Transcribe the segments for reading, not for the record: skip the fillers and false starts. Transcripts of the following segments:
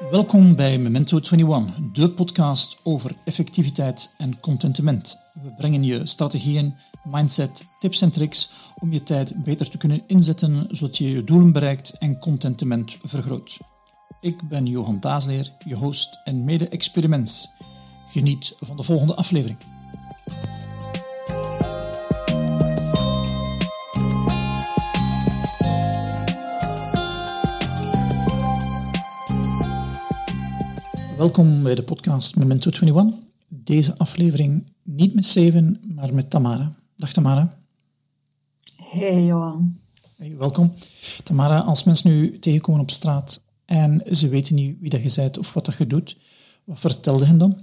Welkom bij Memento 21, de podcast over effectiviteit en contentement. We brengen je strategieën, mindset, tips en tricks om je tijd beter te kunnen inzetten, zodat je je doelen bereikt en contentement vergroot. Ik ben Johan Daasleer, je host en mede-experiments. Geniet van de volgende aflevering. Welkom bij de podcast Memento 21. Deze aflevering niet met Steven, maar met Tamara. Dag Tamara. Hey Johan. Hey, welkom. Tamara, als mensen nu tegenkomen op straat en ze weten niet wie dat je bent of wat dat je doet, wat vertel je hen dan?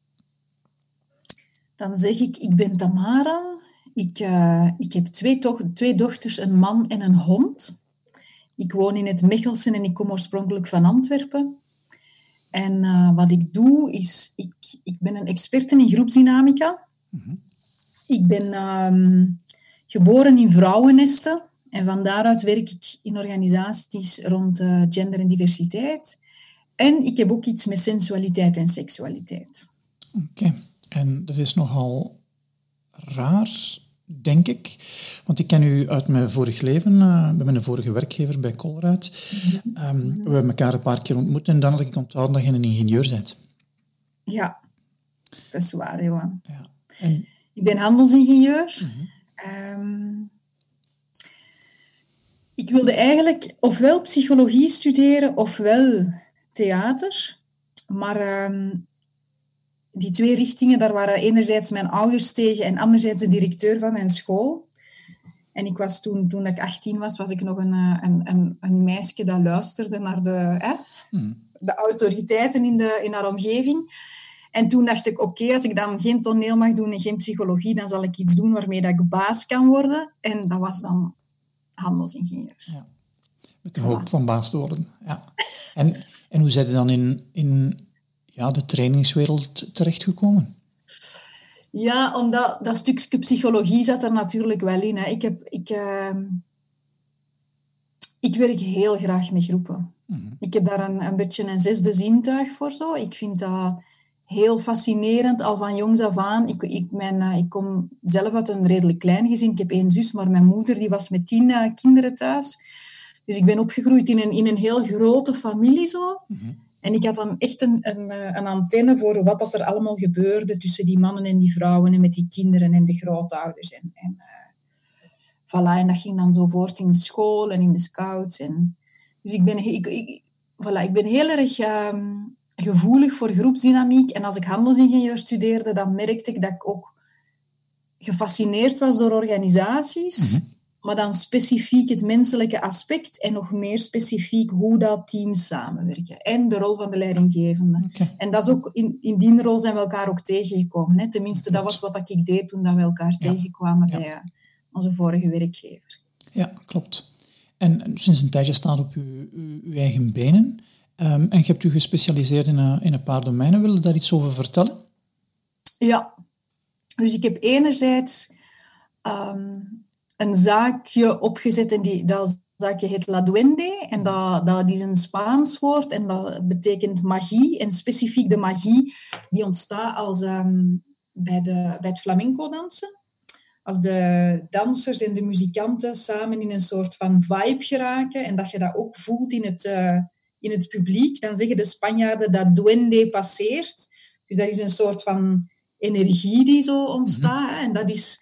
Dan zeg ik ben Tamara. Ik heb twee dochters, een man en een hond. Ik woon in het Mechelse en ik kom oorspronkelijk van Antwerpen. En wat ik doe is, ik ben een experte in groepsdynamica. Mm-hmm. Ik ben geboren in vrouwennesten en van daaruit werk ik in organisaties rond gender en diversiteit. En ik heb ook iets met sensualiteit en seksualiteit. Oké. En dat is nogal raar, denk ik. Want ik ken u uit mijn vorig leven, bij mijn vorige werkgever bij Colruyt. We hebben elkaar een paar keer ontmoet en dan had ik onthouden dat je een ingenieur bent. Ja, dat is waar, Johan. Ja. Ik ben handelsingenieur. Mm-hmm. Ik wilde eigenlijk ofwel psychologie studeren ofwel theater. Maar die twee richtingen, daar waren enerzijds mijn ouders tegen en anderzijds de directeur van mijn school. En ik was toen ik 18 was ik nog een meisje dat luisterde naar de autoriteiten in haar omgeving. En toen dacht ik, oké, als ik dan geen toneel mag doen en geen psychologie, dan zal ik iets doen waarmee dat ik baas kan worden. En dat was dan handelsingenieur. Ja. Met de hoop van baas te worden. Ja. En hoe zijn je dan in de trainingswereld terechtgekomen? Ja, omdat dat stukje psychologie zat er natuurlijk wel in. Hè. Ik werk heel graag met groepen. Mm-hmm. Ik heb daar een beetje een zesde zintuig voor. Zo. Ik vind dat heel fascinerend, al van jongs af aan. Ik kom zelf uit een redelijk klein gezin. Ik heb 1 zus, maar mijn moeder die was met 10 kinderen thuis. Dus ik ben opgegroeid in een heel grote familie. Zo. Mm-hmm. En ik had dan echt een antenne voor wat dat er allemaal gebeurde tussen die mannen en die vrouwen en met die kinderen en de grootouders. En dat ging dan zo voort in de school en in de scouts. Dus ik ben heel erg gevoelig voor groepsdynamiek. En als ik handelsingenieur studeerde, dan merkte ik dat ik ook gefascineerd was door organisaties. Mm-hmm. Maar dan specifiek het menselijke aspect en nog meer specifiek hoe dat teams samenwerken. En de rol van de leidinggevende. Okay. En dat is ook, in die rol zijn we elkaar ook tegengekomen. Hè. Tenminste, dat was wat ik deed toen we elkaar tegenkwamen bij onze vorige werkgever. Ja, klopt. En sinds een tijdje staat op uw eigen benen. En je hebt u gespecialiseerd in een paar domeinen. Wil je daar iets over vertellen? Ja. Dus ik heb enerzijds een zaakje opgezet en dat zaakje heet La Duende. En dat is een Spaans woord en dat betekent magie. En specifiek de magie die ontstaat als bij het flamenco dansen. Als de dansers en de muzikanten samen in een soort van vibe geraken en dat je dat ook voelt in het publiek, dan zeggen de Spanjaarden dat duende passeert. Dus dat is een soort van energie die zo ontstaat. Mm-hmm. En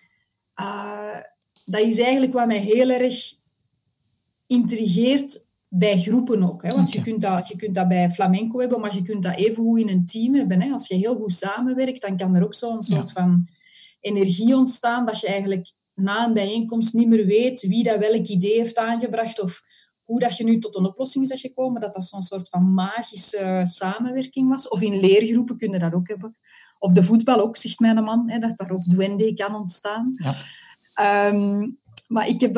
dat is eigenlijk wat mij heel erg intrigeert bij groepen ook. Hè? Want je kunt dat bij flamenco hebben, maar je kunt dat evengoed in een team hebben. Hè? Als je heel goed samenwerkt, dan kan er ook zo'n soort van energie ontstaan dat je eigenlijk na een bijeenkomst niet meer weet wie dat welk idee heeft aangebracht of hoe dat je nu tot een oplossing bent gekomen, dat zo'n soort van magische samenwerking was. Of in leergroepen kun je dat ook hebben. Op de voetbal ook, zegt mijn man, hè, dat daar ook duende kan ontstaan. Ja. Maar ik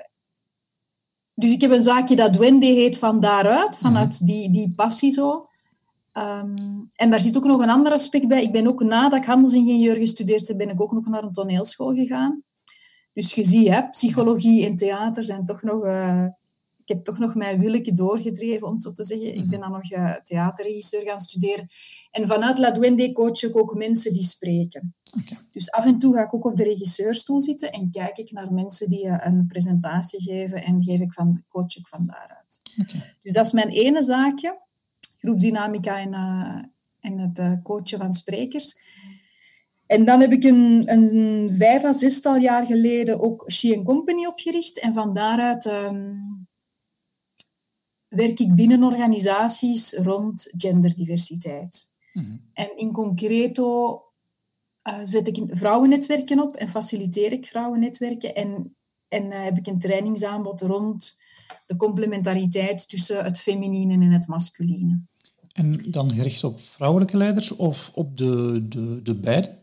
heb een zaakje dat duende heet van daaruit, vanuit die passie zo. En daar zit ook nog een ander aspect bij. Ik ben ook nadat ik handelsingenieur gestudeerd heb, ben ik ook nog naar een toneelschool gegaan. Dus je ziet, hè, psychologie en theater zijn toch nog ik heb toch nog mijn willeke doorgedreven, om het zo te zeggen. Ik ben dan nog theaterregisseur gaan studeren. En vanuit La Duende coach ik ook mensen die spreken. Okay. Dus af en toe ga ik ook op de regisseursstoel zitten en kijk ik naar mensen die een presentatie geven en coach ik van daaruit. Okay. Dus dat is mijn ene zaakje. Groepsdynamica en het coachen van sprekers. En dan heb ik een 5 à 6 jaar geleden ook She & Company opgericht. En van daaruit werk ik binnen organisaties rond genderdiversiteit. Mm-hmm. En in concreto zet ik vrouwennetwerken op en faciliteer ik vrouwennetwerken. En heb ik een trainingsaanbod rond de complementariteit tussen het feminine en het masculine. En dan gericht op vrouwelijke leiders of op de beide?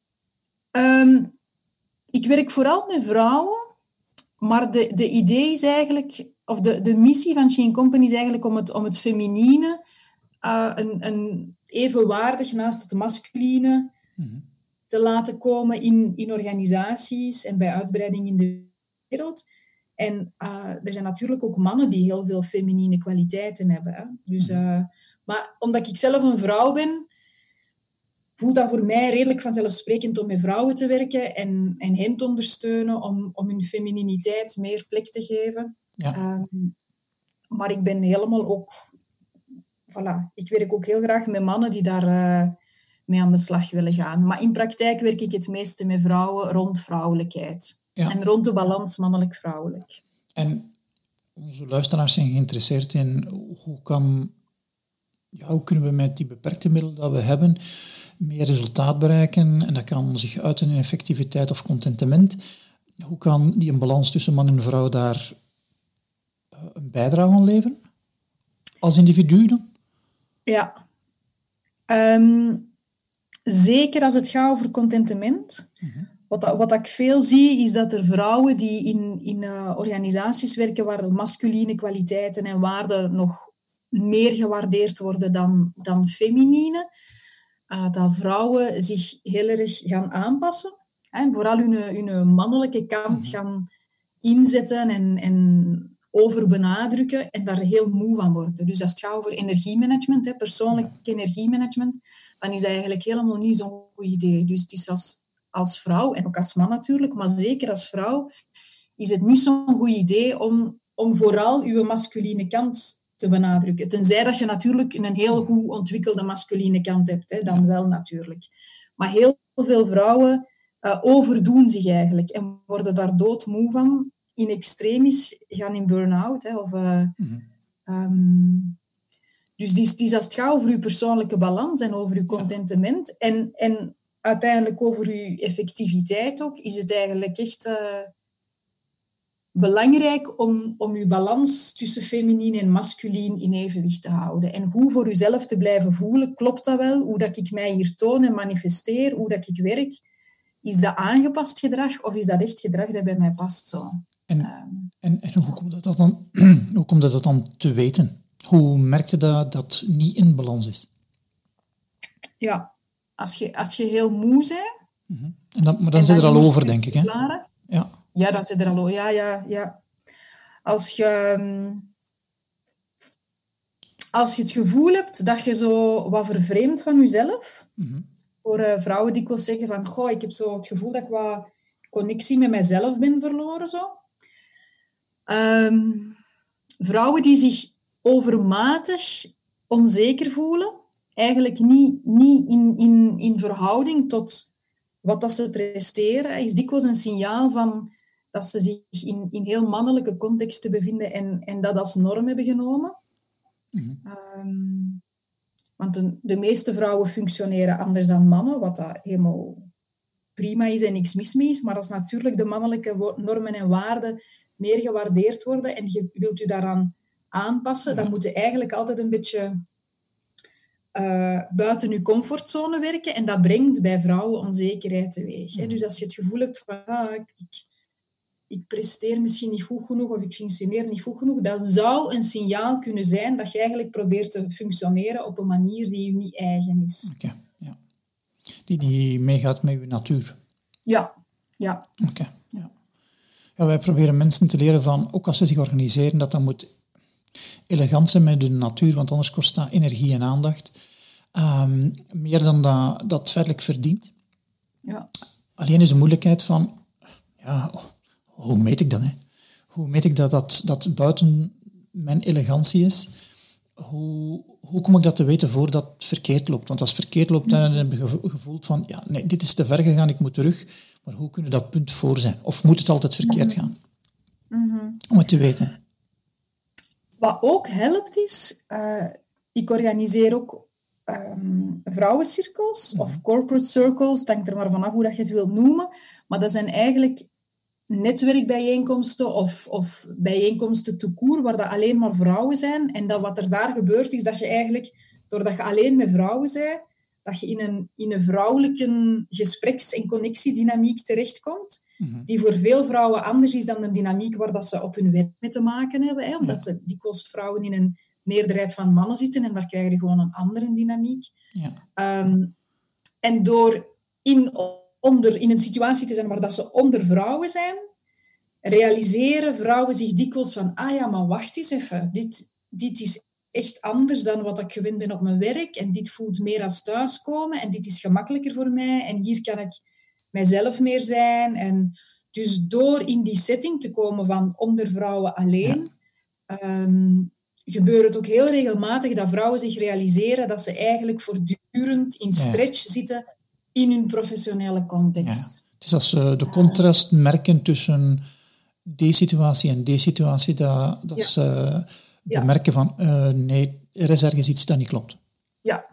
Ik werk vooral met vrouwen, maar de idee is eigenlijk, of de missie van She & Company is eigenlijk om het feminine een evenwaardig naast het masculine te laten komen in organisaties en bij uitbreiding in de wereld. En er zijn natuurlijk ook mannen die heel veel feminine kwaliteiten hebben. Hè? Dus, maar omdat ik zelf een vrouw ben, voelt dat voor mij redelijk vanzelfsprekend om met vrouwen te werken en hen te ondersteunen om hun femininiteit meer plek te geven. Ja. Maar ik ben helemaal ook... Voilà, ik werk ook heel graag met mannen die daar mee aan de slag willen gaan. Maar in praktijk werk ik het meeste met vrouwen rond vrouwelijkheid. Ja. En rond de balans mannelijk-vrouwelijk. En onze luisteraars zijn geïnteresseerd in hoe kunnen we met die beperkte middelen dat we hebben meer resultaat bereiken, en dat kan zich uiten in effectiviteit of contentement. Hoe kan die een balans tussen man en vrouw daar een bijdrage aan leveren? Als individu dan? Ja. Zeker als het gaat over contentement. Mm-hmm. Wat ik veel zie, is dat er vrouwen die in organisaties werken waar masculine kwaliteiten en waarden nog meer gewaardeerd worden dan feminine, dat vrouwen zich heel erg gaan aanpassen. En vooral hun mannelijke kant gaan inzetten en overbenadrukken en daar heel moe van worden. Dus als het gaat over energiemanagement, persoonlijk energiemanagement, dan is dat eigenlijk helemaal niet zo'n goed idee. Dus het is als vrouw, en ook als man natuurlijk, maar zeker als vrouw, is het niet zo'n goed idee om vooral je masculine kant te benadrukken. Tenzij dat je natuurlijk een heel goed ontwikkelde masculine kant hebt, dan wel natuurlijk. Maar heel veel vrouwen overdoen zich eigenlijk en worden daar doodmoe van. In extremis gaan in burn-out. Dus het is als het gaat over je persoonlijke balans en over je contentement en uiteindelijk over je effectiviteit ook, is het eigenlijk echt belangrijk om je balans tussen feminien en masculien in evenwicht te houden. En goed voor jezelf te blijven voelen, klopt dat wel? Hoe dat ik mij hier toon en manifesteer, hoe dat ik werk, is dat aangepast gedrag of is dat echt gedrag dat bij mij past zo? En hoe komt dat dan te weten? Hoe merk je dat niet in balans is? Ja, als je heel moe bent... Mm-hmm. Maar dan zit er al over, denk ik. Hè? Ja, dan zit er al over. Ja. Als je het gevoel hebt dat je zo wat vervreemdt van jezelf... Mm-hmm. Voor vrouwen dikwijls zeggen van... Goh, ik heb zo het gevoel dat ik wat connectie met mijzelf ben verloren, zo. Vrouwen die zich overmatig onzeker voelen, eigenlijk niet in verhouding tot wat dat ze presteren, is dikwijls een signaal van dat ze zich in heel mannelijke contexten bevinden en dat als norm hebben genomen. Mm-hmm. Want de meeste vrouwen functioneren anders dan mannen, wat dat helemaal prima is en niks mis mee is, maar als natuurlijk de mannelijke normen en waarden meer gewaardeerd worden en je wilt je daaraan aanpassen, dan moet je eigenlijk altijd een beetje buiten je comfortzone werken en dat brengt bij vrouwen onzekerheid teweeg. Hè? Dus als je het gevoel hebt van ik presteer misschien niet goed genoeg of ik functioneer niet goed genoeg, dat zou een signaal kunnen zijn dat je eigenlijk probeert te functioneren op een manier die je niet eigen is. Okay, ja. Die meegaat met je natuur. Ja. Oké. Ja. Ja, wij proberen mensen te leren van, ook als ze zich organiseren, dat moet elegant zijn met de natuur, want anders kost dat energie en aandacht. Meer dan dat feitelijk verdient. Ja. Alleen is de moeilijkheid van, ja, hoe meet ik dat? Hè? Hoe meet ik dat buiten mijn elegantie is? Hoe kom ik dat te weten voordat het verkeerd loopt? Want als het verkeerd loopt, dan heb je gevoeld van, ja, nee, dit is te ver gegaan, ik moet terug. Maar hoe kunnen we dat punt voor zijn? Of moet het altijd verkeerd gaan? Om het te weten. Wat ook helpt is, ik organiseer ook vrouwencirkels of corporate circles, het hangt er maar vanaf hoe dat je het wilt noemen. Maar dat zijn eigenlijk netwerkbijeenkomsten of bijeenkomsten tout court, waar dat alleen maar vrouwen zijn. En dat wat er daar gebeurt, is dat je eigenlijk, doordat je alleen met vrouwen bent, dat je in een vrouwelijke gespreks- en connectiedynamiek terechtkomt, die voor veel vrouwen anders is dan de dynamiek waar dat ze op hun werk mee te maken hebben. Hè, omdat ze dikwijls vrouwen in een meerderheid van mannen zitten en daar krijg je gewoon een andere dynamiek. Ja. En door in een situatie te zijn waar dat ze onder vrouwen zijn, realiseren vrouwen zich dikwijls van, ah ja, maar wacht eens even, dit is echt anders dan wat ik gewend ben op mijn werk en dit voelt meer als thuiskomen en dit is gemakkelijker voor mij en hier kan ik mijzelf meer zijn. En dus door in die setting te komen van onder vrouwen alleen, gebeurt het ook heel regelmatig dat vrouwen zich realiseren dat ze eigenlijk voortdurend in stretch zitten in hun professionele context. Ja. Dus als ze de contrast merken tussen die situatie en die situatie, dat ze bemerken van, nee, er is ergens iets dat niet klopt. Ja.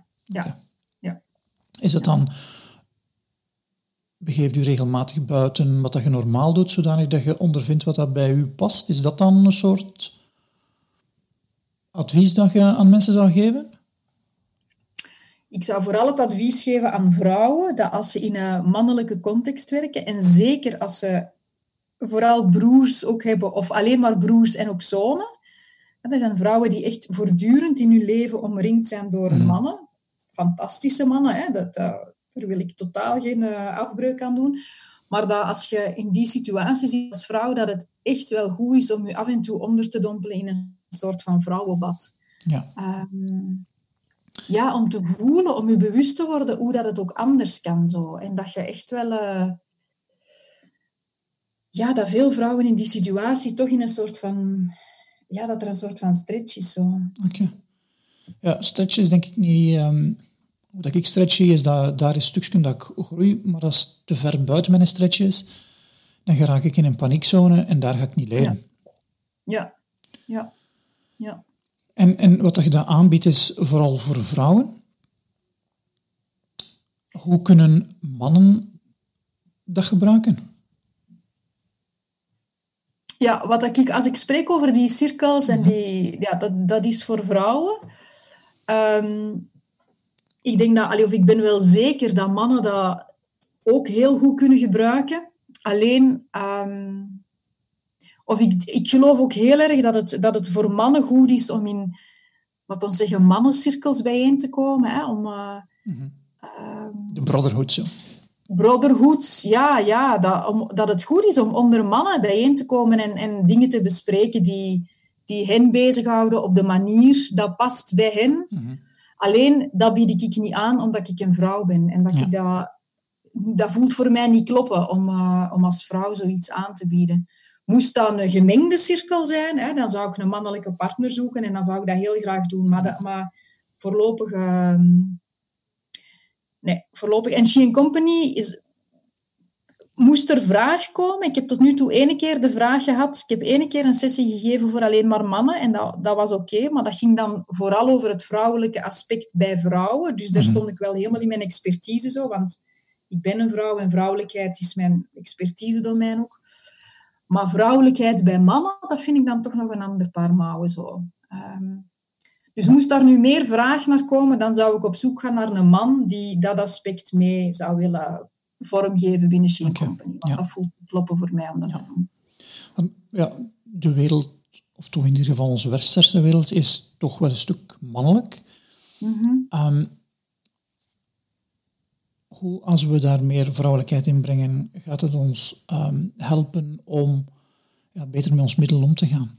Is het dan, begeeft u regelmatig buiten wat dat je normaal doet, zodanig dat je ondervindt wat dat bij u past? Is dat dan een soort advies dat je aan mensen zou geven? Ik zou vooral het advies geven aan vrouwen dat als ze in een mannelijke context werken, en zeker als ze vooral broers ook hebben, of alleen maar broers en ook zonen. Er zijn vrouwen die echt voortdurend in hun leven omringd zijn door mannen. Fantastische mannen, hè? Daar wil ik totaal geen afbreuk aan doen. Maar dat als je in die situatie zit als vrouw, dat het echt wel goed is om je af en toe onder te dompelen in een soort van vrouwenbad. Ja. Om te voelen, om je bewust te worden hoe dat het ook anders kan. Zo. En dat je echt wel... dat veel vrouwen in die situatie toch in een soort van... Ja, dat er een soort van stretch is. Oké. Ja, stretch is denk ik niet... Hoe dat ik stretch zie, is dat daar is stukje dat ik groei, maar als het te ver buiten mijn stretch is, dan raak ik in een paniekzone en daar ga ik niet leren. Ja. En wat je daar aanbiedt is vooral voor vrouwen. Hoe kunnen mannen dat gebruiken? Ja, als ik spreek over die cirkels, en dat is voor vrouwen. Ik denk ik ben wel zeker dat mannen dat ook heel goed kunnen gebruiken. Alleen, ik geloof ook heel erg dat het voor mannen goed is om in, wat dan zeggen, mannencirkels bijeen te komen. Hè, de brotherhood zo. Brotherhoods, dat het goed is om onder mannen bijeen te komen en dingen te bespreken die hen bezighouden op de manier dat past bij hen. Alleen, dat bied ik niet aan omdat ik een vrouw ben. En dat voelt voor mij niet kloppen om als vrouw zoiets aan te bieden. Moest dat een gemengde cirkel zijn, hè, dan zou ik een mannelijke partner zoeken en dan zou ik dat heel graag doen. Maar voorlopig... Nee, voorlopig. En She & Company moest er vraag komen. Ik heb tot nu toe 1 keer de vraag gehad. Ik heb 1 keer een sessie gegeven voor alleen maar mannen. En dat was oké, maar dat ging dan vooral over het vrouwelijke aspect bij vrouwen. Dus daar stond ik wel helemaal in mijn expertise zo. Want ik ben een vrouw en vrouwelijkheid is mijn expertise-domein ook. Maar vrouwelijkheid bij mannen, dat vind ik dan toch nog een ander paar mouwen zo. Dus moest daar nu meer vraag naar komen, dan zou ik op zoek gaan naar een man die dat aspect mee zou willen vormgeven binnen She & Company. Want dat voelt kloppen voor mij om dat te doen. Ja, de wereld, of toch in ieder geval onze westerse wereld, is toch wel een stuk mannelijk. Als we daar meer vrouwelijkheid in brengen, gaat het ons helpen om beter met ons middelen om te gaan?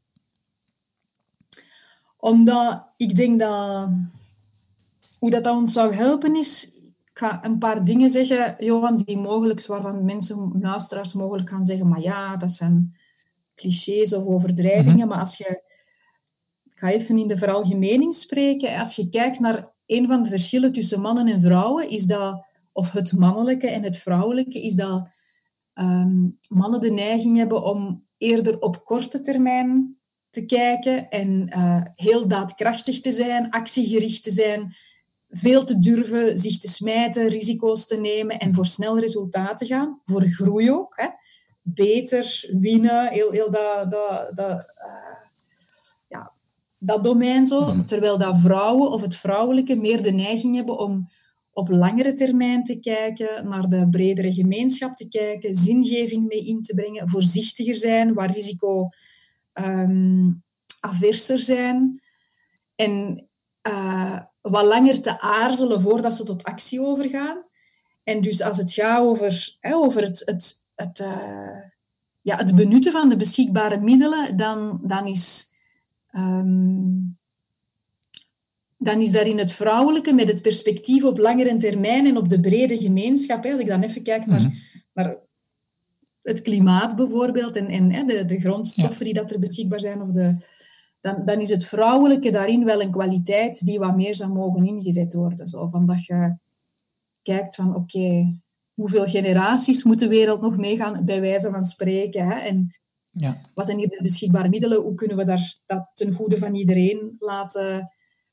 Omdat ik denk dat... Hoe dat ons zou helpen is... Ik ga een paar dingen zeggen, Johan, die mogelijk, waarvan mensen, luisteraars, mogelijk gaan zeggen, maar ja, dat zijn clichés of overdrijvingen. Maar als je... Ik ga even in de veralgemening spreken. Als je kijkt naar een van de verschillen tussen mannen en vrouwen, is dat, of het mannelijke en het vrouwelijke, is dat mannen de neiging hebben om eerder op korte termijn te kijken en heel daadkrachtig te zijn, actiegericht te zijn, veel te durven, zich te smijten, risico's te nemen en voor snel resultaat te gaan. Voor groei ook. Hè. Beter, winnen, heel dat domein zo. Terwijl dat vrouwen of het vrouwelijke meer de neiging hebben om op langere termijn te kijken, naar de bredere gemeenschap te kijken, zingeving mee in te brengen, voorzichtiger zijn, waar risico averser zijn. En wat langer te aarzelen voordat ze tot actie overgaan. En dus als het gaat over het benutten van de beschikbare middelen, dan is daar in het vrouwelijke met het perspectief op langere termijn en op de brede gemeenschap. Als ik dan even kijk naar het klimaat bijvoorbeeld en de grondstoffen die dat er beschikbaar zijn, dan is het vrouwelijke daarin wel een kwaliteit die wat meer zou mogen ingezet worden. Zo, van dat je kijkt van oké, hoeveel generaties moet de wereld nog meegaan, bij wijze van spreken. Hè? En wat zijn hier de beschikbare middelen? Hoe kunnen we dat ten goede van iedereen laten...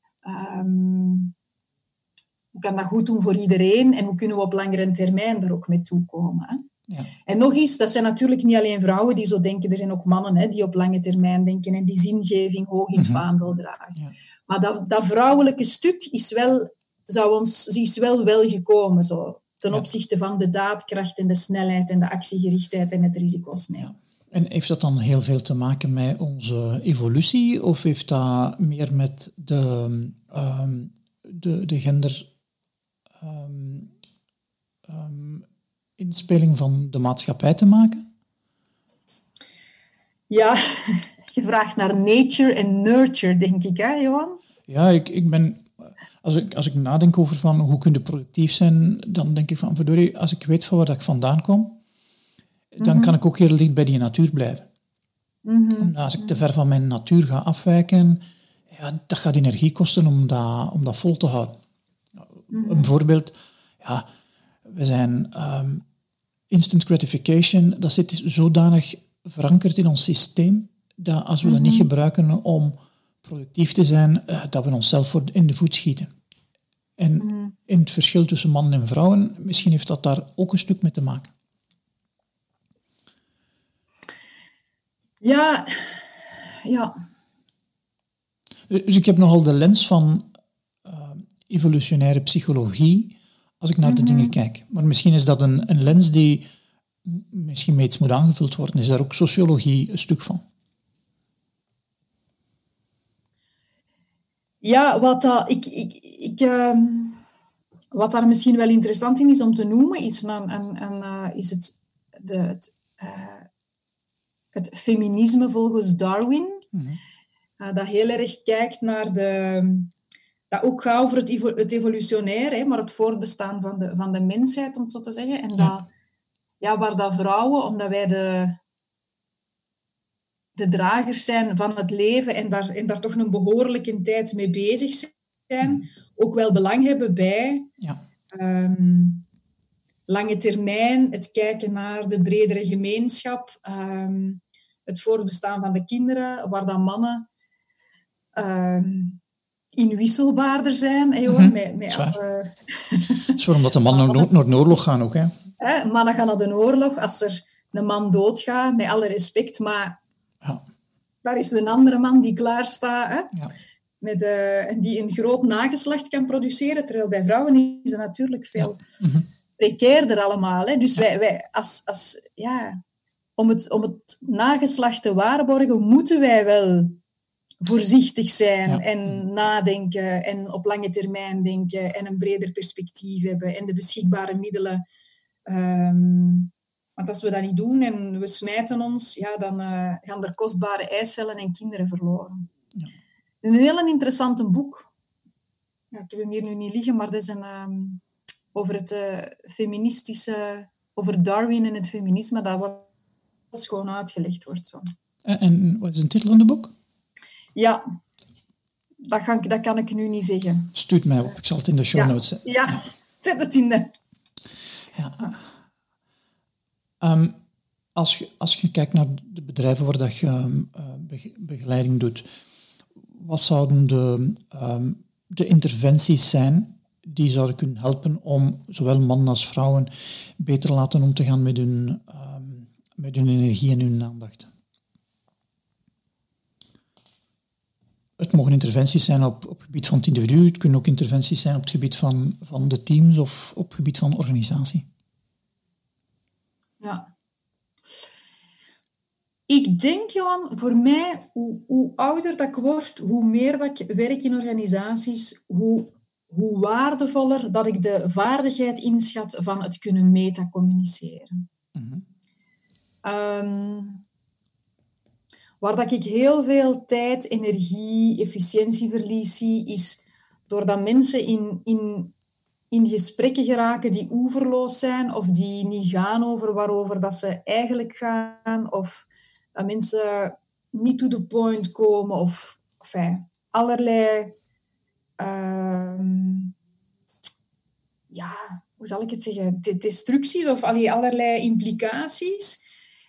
hoe kan dat goed doen voor iedereen? En hoe kunnen we op langere termijn daar ook mee toekomen? Hè? Ja. En nog eens, dat zijn natuurlijk niet alleen vrouwen die zo denken. Er zijn ook mannen die op lange termijn denken en die zingeving hoog in het vaandel dragen. Ja. Maar dat vrouwelijke stuk is wel gekomen, zo, ten opzichte van de daadkracht en de snelheid en de actiegerichtheid en het risico's nemen. Ja. En heeft dat dan heel veel te maken met onze evolutie? Of heeft dat meer met de gender... inspeling van de maatschappij te maken? Ja, je vraagt naar nature en nurture, denk ik, hè, Johan? Ja, ik ben... Als ik nadenk over van hoe kun je productief zijn, dan denk ik van, verdorie, als ik weet van waar ik vandaan kom, dan kan ik ook heel dicht bij die natuur blijven. Omdat als ik te ver van mijn natuur ga afwijken, dat gaat energie kosten om dat vol te houden. Een voorbeeld, we zijn instant gratification, dat zit zodanig verankerd in ons systeem, dat als we dat niet gebruiken om productief te zijn, dat we onszelf in de voet schieten. En in het verschil tussen mannen en vrouwen, misschien heeft dat daar ook een stuk mee te maken. Ja. Dus ik heb nogal de lens van evolutionaire psychologie als ik naar de dingen kijk. Maar misschien is dat een lens die misschien met iets moet aangevuld worden. Is daar ook sociologie een stuk van? Ja, wat daar misschien wel interessant in is om te noemen, is het feminisme volgens Darwin. Dat heel erg kijkt naar dat ook gaat over het evolutionair, maar het voortbestaan van de mensheid, om het zo te zeggen. En waar dat vrouwen, omdat wij de dragers zijn van het leven en daar toch een behoorlijke tijd mee bezig zijn, ook wel belang hebben bij lange termijn, het kijken naar de bredere gemeenschap, het voortbestaan van de kinderen, waar dan mannen inwisselbaarder zijn. Dat is waarom dat de mannen naar de oorlog gaan ook. Hè? Mannen gaan naar de oorlog als er een man doodgaat, met alle respect, maar daar is een andere man die klaar staat, die een groot nageslacht kan produceren, terwijl bij vrouwen is het natuurlijk veel precairder allemaal. Hè? Dus wij om het nageslacht te waarborgen, moeten wij wel voorzichtig zijn en nadenken en op lange termijn denken en een breder perspectief hebben en de beschikbare middelen. Want als we dat niet doen en we smijten ons, ja, dan gaan er kostbare eicellen en kinderen verloren. Ja. Een heel interessant boek. Ja, ik heb hem hier nu niet liggen, maar dat is over het feministische... Over Darwin en het feminisme, dat alles gewoon uitgelegd wordt. Zo. En wat is de titel van het boek? Ja, dat kan ik nu niet zeggen. Stuurt mij op, ik zal het in de show notes zetten. Ja, zet het in de... Ja. Als je kijkt naar de bedrijven waar dat je begeleiding doet, wat zouden de interventies zijn die zouden kunnen helpen om zowel mannen als vrouwen beter laten om te gaan met hun energie en hun aandacht? Het mogen interventies zijn op het gebied van het individu, het kunnen ook interventies zijn op het gebied van de teams of op het gebied van organisatie. Ja. Ik denk, Johan, voor mij, hoe ouder dat ik word, hoe meer dat ik werk in organisaties, hoe waardevoller dat ik de vaardigheid inschat van het kunnen metacommuniceren. Mm-hmm. Waar dat ik heel veel tijd, energie, efficiëntieverlies zie, is doordat mensen in gesprekken geraken die oeverloos zijn of die niet gaan over waarover dat ze eigenlijk gaan, of dat mensen niet to the point komen, of enfin, allerlei... hoe zal ik het zeggen? Destructies of allerlei implicaties.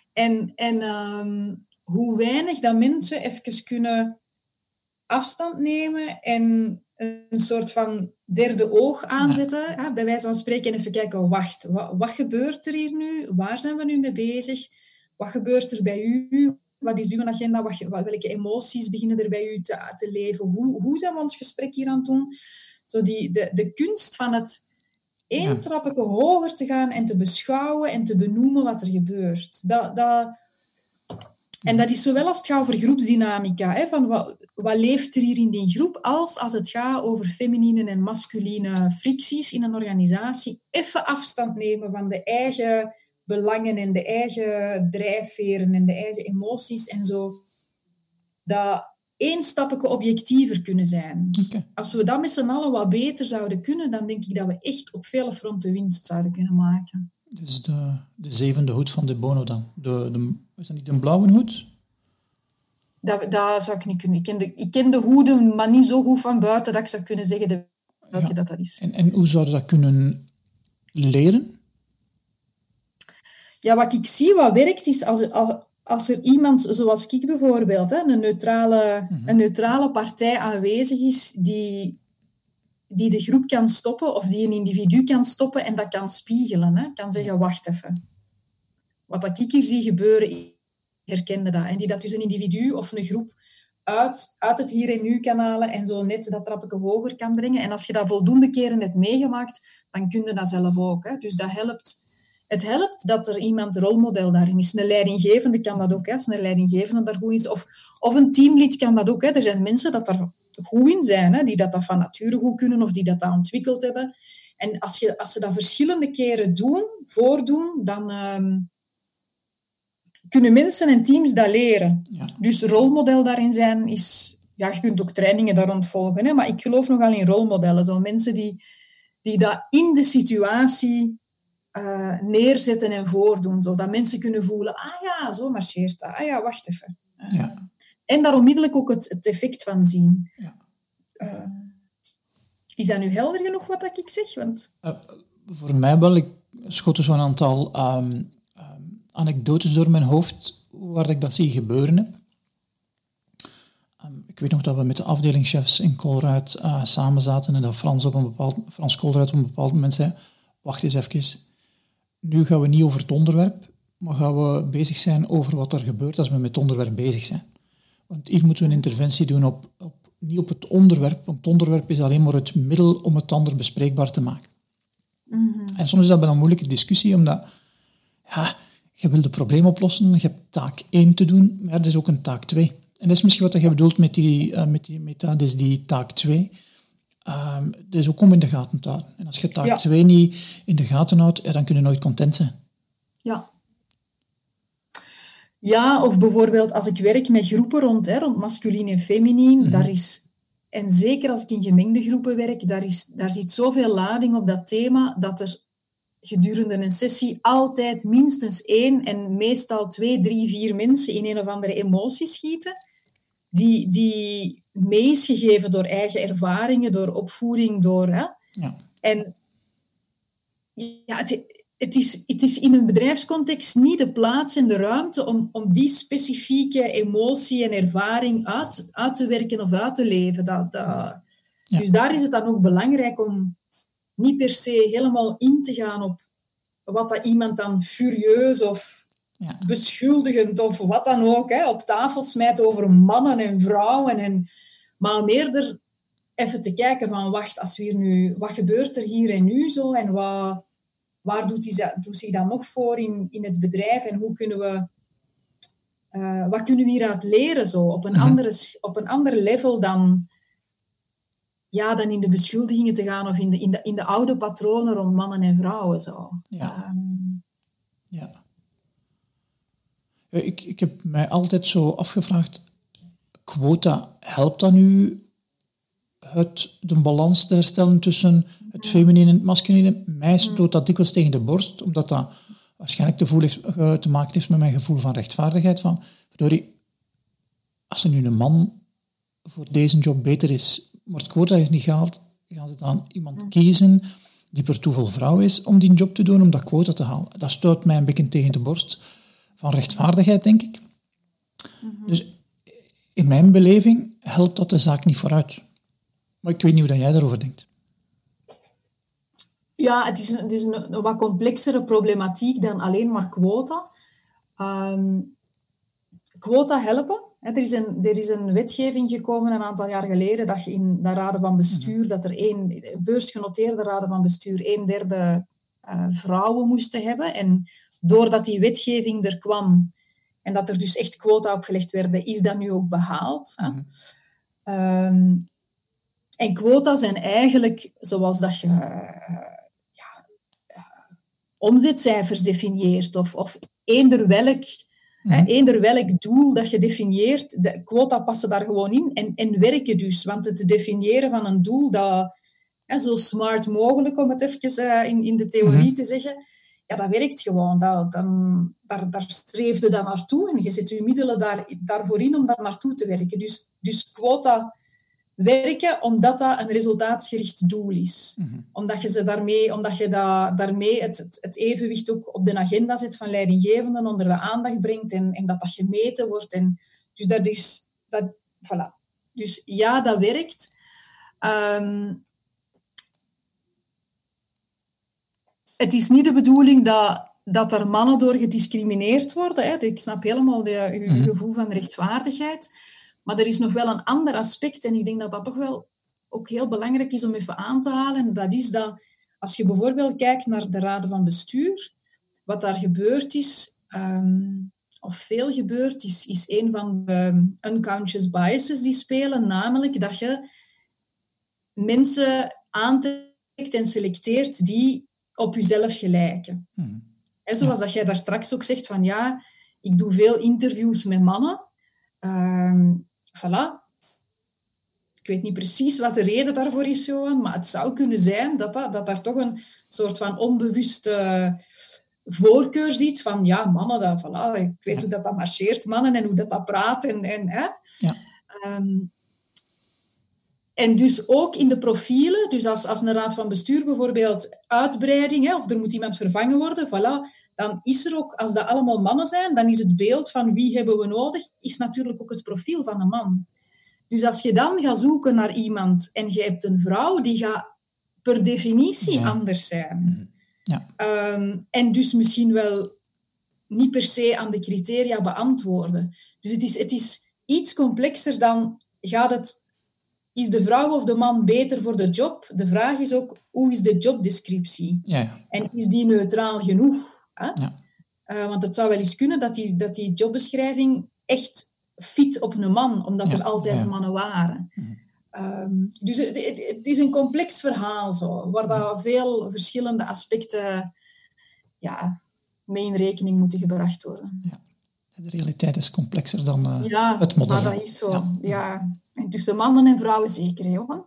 En hoe weinig dat mensen even kunnen afstand nemen en een soort van derde oog aanzetten. Ja. Bij wijze van spreken en even kijken, wacht, wat gebeurt er hier nu? Waar zijn we nu mee bezig? Wat gebeurt er bij u? Wat is uw agenda? Welke emoties beginnen er bij u te leven? Hoe zijn we ons gesprek hier aan het doen? Zo de kunst van het één trappetje hoger te gaan en te beschouwen en te benoemen wat er gebeurt. En dat is zowel als het gaat over groepsdynamica, hè, van wat leeft er hier in die groep, als het gaat over feminine en masculine fricties in een organisatie. Even afstand nemen van de eigen belangen en de eigen drijfveren en de eigen emoties en zo. Dat één stapje objectiever kunnen zijn. Okay. Als we dat met z'n allen wat beter zouden kunnen, dan denk ik dat we echt op vele fronten winst zouden kunnen maken. Dus de zevende hoed van de Bono dan. Is dat niet een blauwe hoed? Dat zou ik niet kunnen. Ik ken de hoeden, maar niet zo goed van buiten dat ik zou kunnen zeggen welke dat is. En hoe zouden we dat kunnen leren? Ja, wat ik zie wat werkt is als er iemand, zoals ik bijvoorbeeld, een neutrale partij aanwezig is die de groep kan stoppen of die een individu kan stoppen en dat kan spiegelen. Hè. Kan zeggen, wacht even. Wat ik hier zie gebeuren, ik herkende dat. En die dat dus een individu of een groep uit het hier en nu kan halen en zo net dat trappetje hoger kan brengen. En als je dat voldoende keren hebt meegemaakt, dan kun je dat zelf ook. Hè. Dus dat helpt. Het helpt dat er iemand rolmodel daarin is. Een leidinggevende kan dat ook. Hè. Als een leidinggevende daar goed is. Of een teamlid kan dat ook. Hè. Er zijn mensen dat daar goed in zijn, hè, die dat van nature goed kunnen of die dat ontwikkeld hebben. En als ze dat verschillende keren voordoen, dan kunnen mensen en teams dat leren. Ja. Dus rolmodel daarin zijn is... Ja, je kunt ook trainingen daar rond volgen, hè, maar ik geloof nogal in rolmodellen. Zo mensen die dat in de situatie neerzetten en voordoen. Zodat mensen kunnen voelen, zo marcheert dat. Wacht even. Ja. En daar onmiddellijk ook het effect van zien. Ja. Is dat nu helder genoeg wat ik zeg? Want... voor mij wel. Ik schoot zo'n aantal anekdotes door mijn hoofd waar ik dat zie gebeuren heb. Ik weet nog dat we met de afdelingschefs in Colruyt samen zaten en dat Frans Colruyt op een bepaald moment zei, wacht eens even, nu gaan we niet over het onderwerp, maar gaan we bezig zijn over wat er gebeurt als we met het onderwerp bezig zijn. Want hier moeten we een interventie doen niet op het onderwerp, want het onderwerp is alleen maar het middel om het ander bespreekbaar te maken. Mm-hmm. En soms is dat wel een moeilijke discussie, omdat je wil het probleem oplossen, je hebt taak 1 te doen, maar er is ook een taak 2. En dat is misschien wat je bedoelt met die taak 2. Dat is ook om in de gaten te houden. En als je taak 2 niet in de gaten houdt, dan kun je nooit content zijn. Ja. Ja, of bijvoorbeeld als ik werk met groepen rond masculien en feminien, daar is, en zeker als ik in gemengde groepen werk, daar zit zoveel lading op dat thema, dat er gedurende een sessie altijd minstens 1 en meestal 2, 3, 4 mensen in een of andere emotie schieten, die mee is gegeven door eigen ervaringen, door opvoeding, door... Hè. Ja. En ja, het is in een bedrijfscontext niet de plaats en de ruimte om die specifieke emotie en ervaring uit te werken of uit te leven. Ja. Dus daar is het dan ook belangrijk om niet per se helemaal in te gaan op wat dat iemand dan furieus of beschuldigend of wat dan ook op tafel smijt over mannen en vrouwen. Maar meerder even te kijken van, wacht, als we hier nu, wat gebeurt er hier en nu zo en waar doet zich dat nog voor in het bedrijf en hoe kunnen we, wat kunnen we hieruit leren zo, op een ander level dan in de beschuldigingen te gaan of in de oude patronen rond mannen en vrouwen. Zo. Ja. Ik heb mij altijd zo afgevraagd, quota, helpt dat nu de balans te herstellen tussen het feminine en het masculine? Mij stoot dat dikwijls tegen de borst, omdat dat waarschijnlijk te maken heeft met mijn gevoel van rechtvaardigheid. Van, verdorie, als er nu een man voor deze job beter is, maar het quota is niet gehaald, gaan ze dan iemand kiezen die per toeval vrouw is om die job te doen, om dat quota te halen. Dat stoot mij een beetje tegen de borst van rechtvaardigheid, denk ik. Dus in mijn beleving helpt dat de zaak niet vooruit. Maar ik weet niet hoe jij daarover denkt. Ja, het is een wat complexere problematiek dan alleen maar quota. Quota helpen. Er is een wetgeving gekomen een aantal jaar geleden dat je in de raden van bestuur, dat er beursgenoteerde raden van bestuur 1/3 vrouwen moesten hebben. En doordat die wetgeving er kwam en dat er dus echt quota opgelegd werden, is dat nu ook behaald. En quota zijn eigenlijk, zoals dat je omzetcijfers definieert of eender welk doel dat je definieert, de quota passen daar gewoon in en werken dus. Want het definiëren van een doel dat zo smart mogelijk, om het even in de theorie te zeggen, ja, dat werkt gewoon. Daar streef je dan naartoe en je zet je middelen daarvoor in om daar naartoe te werken. Dus quota werken omdat dat een resultaatsgericht doel is. Omdat je daarmee het evenwicht ook op de agenda zet van leidinggevenden, onder de aandacht brengt en dat gemeten wordt. Voilà. Dus ja, dat werkt. Het is niet de bedoeling dat er mannen door gediscrimineerd worden. Hè. Ik snap helemaal je gevoel van rechtvaardigheid. Maar er is nog wel een ander aspect, en ik denk dat dat toch wel ook heel belangrijk is om even aan te halen. En dat is dat, als je bijvoorbeeld kijkt naar de raden van bestuur, wat daar gebeurd is, of veel gebeurd is een van de unconscious biases die spelen, namelijk dat je mensen aantrekt en selecteert die op jezelf gelijken. En zoals dat jij daar straks ook zegt van ja, ik doe veel interviews met mannen. Voilà. Ik weet niet precies wat de reden daarvoor is, Johan, maar het zou kunnen zijn dat daar toch een soort van onbewuste voorkeur zit van ja, mannen, voilà, ik weet hoe dat marcheert, mannen, en hoe dat praat. En dus ook in de profielen, dus als een raad van bestuur bijvoorbeeld uitbreiding, of er moet iemand vervangen worden, voilà, dan is er ook, als dat allemaal mannen zijn, dan is het beeld van wie hebben we nodig, is natuurlijk ook het profiel van een man. Dus als je dan gaat zoeken naar iemand en je hebt een vrouw, die gaat per definitie anders zijn. Ja. En dus misschien wel niet per se aan de criteria beantwoorden. Dus het is iets complexer dan is de vrouw of de man beter voor de job? De vraag is ook, hoe is de jobdescriptie? Ja. En is die neutraal genoeg? Hè? Ja. Want het zou wel eens kunnen dat die jobbeschrijving echt fit op een man, omdat er altijd mannen waren. Dus het is een complex verhaal, zo, waar daar veel verschillende aspecten mee in rekening moeten gebracht worden. Ja. De realiteit is complexer dan Ja, het model. maar dat is zo. Ja. En tussen mannen en vrouwen zeker, hè, Johan?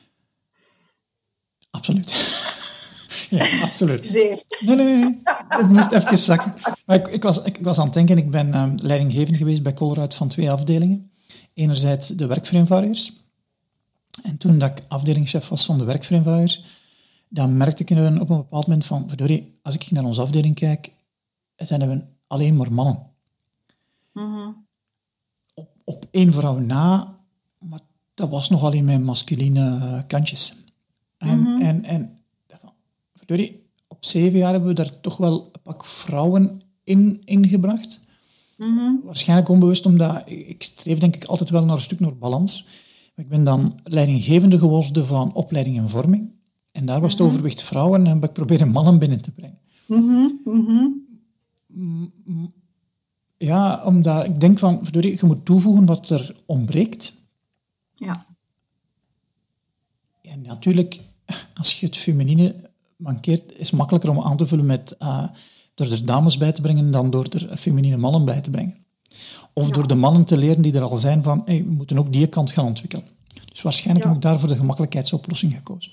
Absoluut. Ja, absoluut. Zeer. Nee. Het moest even zakken. Maar ik was aan het denken, ik ben leidinggevende geweest bij Colruyt van 2 afdelingen. Enerzijds de werkvereenvoudigers. En toen dat ik afdelingschef was van de werkvereenvoudigers, dan merkte ik op een bepaald moment van, verdorie, als ik naar onze afdeling kijk, zijn we alleen maar mannen. Mm-hmm. Op 1 vrouw na, maar dat was nog alleen mijn masculine kantjes. En verdorie, op 7 jaar hebben we daar toch wel een pak vrouwen in gebracht. Mm-hmm. Waarschijnlijk onbewust, omdat ik streef denk ik altijd wel naar een stuk naar balans. Ik ben dan leidinggevende geworden van opleiding en vorming. En daar was het overwicht vrouwen en heb ik proberen mannen binnen te brengen. Mm-hmm. Mm-hmm. Ja, omdat ik denk van, verdorie, je moet toevoegen wat er ontbreekt. Ja. En natuurlijk, als je het feminine mankeert, is het makkelijker om aan te vullen met door er dames bij te brengen dan door er feminine mannen bij te brengen. Of door de mannen te leren die er al zijn van, we moeten ook die kant gaan ontwikkelen. Dus waarschijnlijk heb ik daar voor de gemakkelijkheidsoplossing gekozen.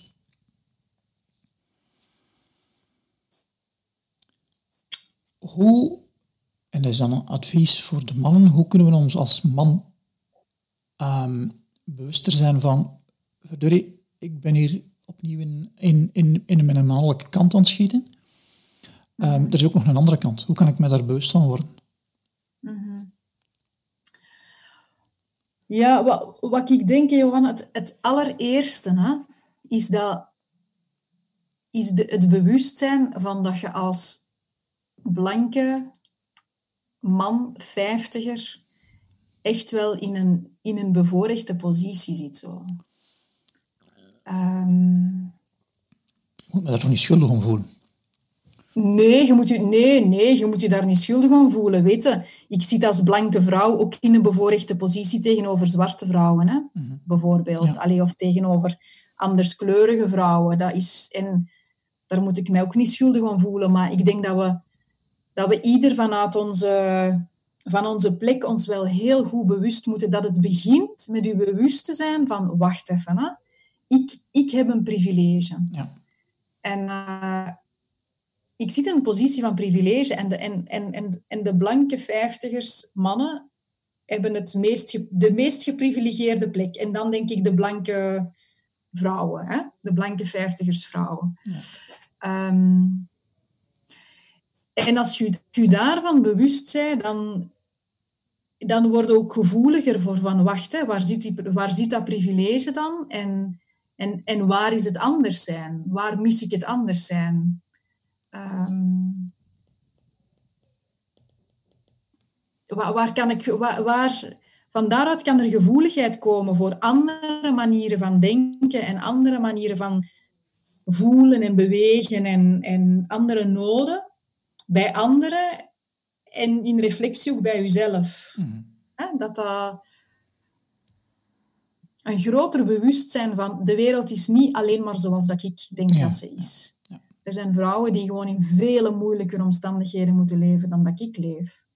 Hoe, en dat is dan een advies voor de mannen, hoe kunnen we ons als man bewuster zijn van, verdorie, ik ben hier opnieuw in mijn mannelijke kant aan het schieten. Er is ook nog een andere kant. Hoe kan ik me daar bewust van worden? Mm-hmm. Ja, wat ik denk, Johan, het allereerste hè, is het bewustzijn van dat je als blanke man, 50er, echt wel in een bevoorrechte positie zit. Zo. Ik moet me daar toch niet schuldig om voelen? Nee, je moet je daar niet schuldig om voelen. Weet je, ik zit als blanke vrouw ook in een bevoorrechte positie tegenover zwarte vrouwen, hè? Bijvoorbeeld. Ja. Allee, of tegenover anderskleurige vrouwen. En daar moet ik mij ook niet schuldig om voelen. Maar ik denk dat we ieder van onze plek ons wel heel goed bewust moeten dat het begint met je bewust te zijn van, wacht even, hè? Ik heb een privilege. Ja. En ik zit in een positie van privilege en de blanke 50ers mannen hebben de meest geprivilegeerde plek. En dan denk ik de blanke vrouwen, hè? De blanke 50ers vrouwen. Ja. En als je daarvan bewust bent, dan word je ook gevoeliger voor van, wacht, hè, waar zit dat privilege dan? En waar is het anders zijn? Waar mis ik het anders zijn? Van daaruit kan er gevoeligheid komen voor andere manieren van denken en andere manieren van voelen en bewegen en andere noden bij anderen en in reflectie ook bij jezelf. Dat een groter bewustzijn van de wereld is niet alleen maar zoals dat ik denk dat ze is. Ja. Er zijn vrouwen die gewoon in vele moeilijker omstandigheden moeten leven dan dat ik leef.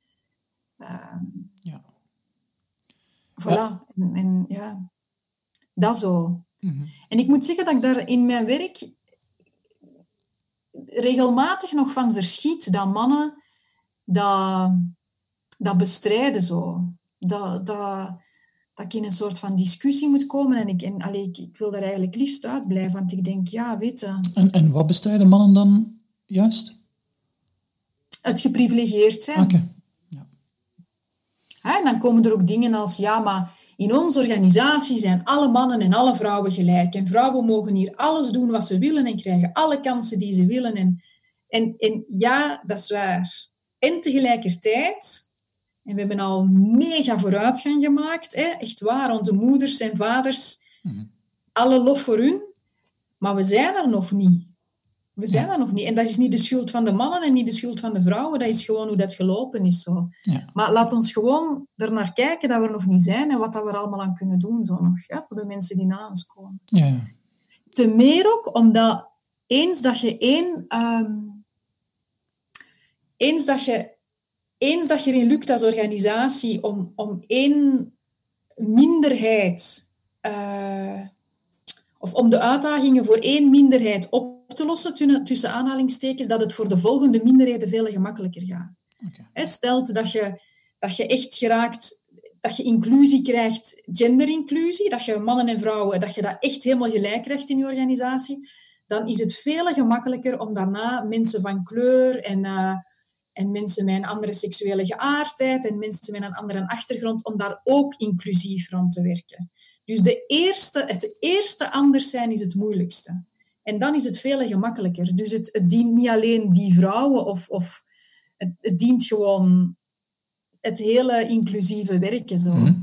Voilà. En ja, dat zo. En ik moet zeggen dat ik daar in mijn werk regelmatig nog van verschiet dat mannen dat bestrijden zo. Dat ik in een soort van discussie moet komen en ik wil daar eigenlijk liefst uitblijven, want ik denk, ja, weet je... En wat bestrijden mannen dan juist? Het geprivilegeerd zijn. Okay. En dan komen er ook dingen als, ja, maar in onze organisatie zijn alle mannen en alle vrouwen gelijk. En vrouwen mogen hier alles doen wat ze willen en krijgen alle kansen die ze willen. En ja, dat is waar. En tegelijkertijd, en we hebben al mega vooruitgang gemaakt, hè, echt waar, onze moeders en vaders, alle lof voor hun, maar we zijn er nog niet. We zijn er nog niet. En dat is niet de schuld van de mannen en niet de schuld van de vrouwen. Dat is gewoon hoe dat gelopen is. Zo. Ja. Maar laat ons gewoon ernaar kijken dat we er nog niet zijn en wat dat we er allemaal aan kunnen doen. Zo nog, ja, voor de mensen die na ons komen. Ja. Te meer ook omdat eens dat je eens dat je erin lukt als organisatie om één minderheid... of om de uitdagingen voor één minderheid op te lossen, tussen aanhalingstekens, dat het voor de volgende minderheden veel gemakkelijker gaat. Okay. Stelt dat je echt geraakt, dat je inclusie krijgt, genderinclusie, dat je mannen en vrouwen, dat je dat echt helemaal gelijk krijgt in je organisatie, dan is het veel gemakkelijker om daarna mensen van kleur en mensen met een andere seksuele geaardheid en mensen met een andere achtergrond, om daar ook inclusief rond te werken. Dus het eerste anders zijn is het moeilijkste. En dan is het veel gemakkelijker. Dus het dient niet alleen die vrouwen, of het dient gewoon het hele inclusieve werken. Zo. Mm-hmm.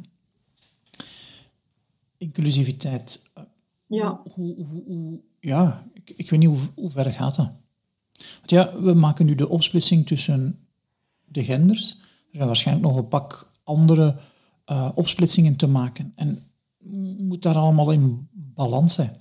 Inclusiviteit. Ja. Ik weet niet hoe ver gaat dat. Want ja, we maken nu de opsplitsing tussen de genders. Er zijn waarschijnlijk nog een pak andere opsplitsingen te maken. En moet daar allemaal in balans zijn.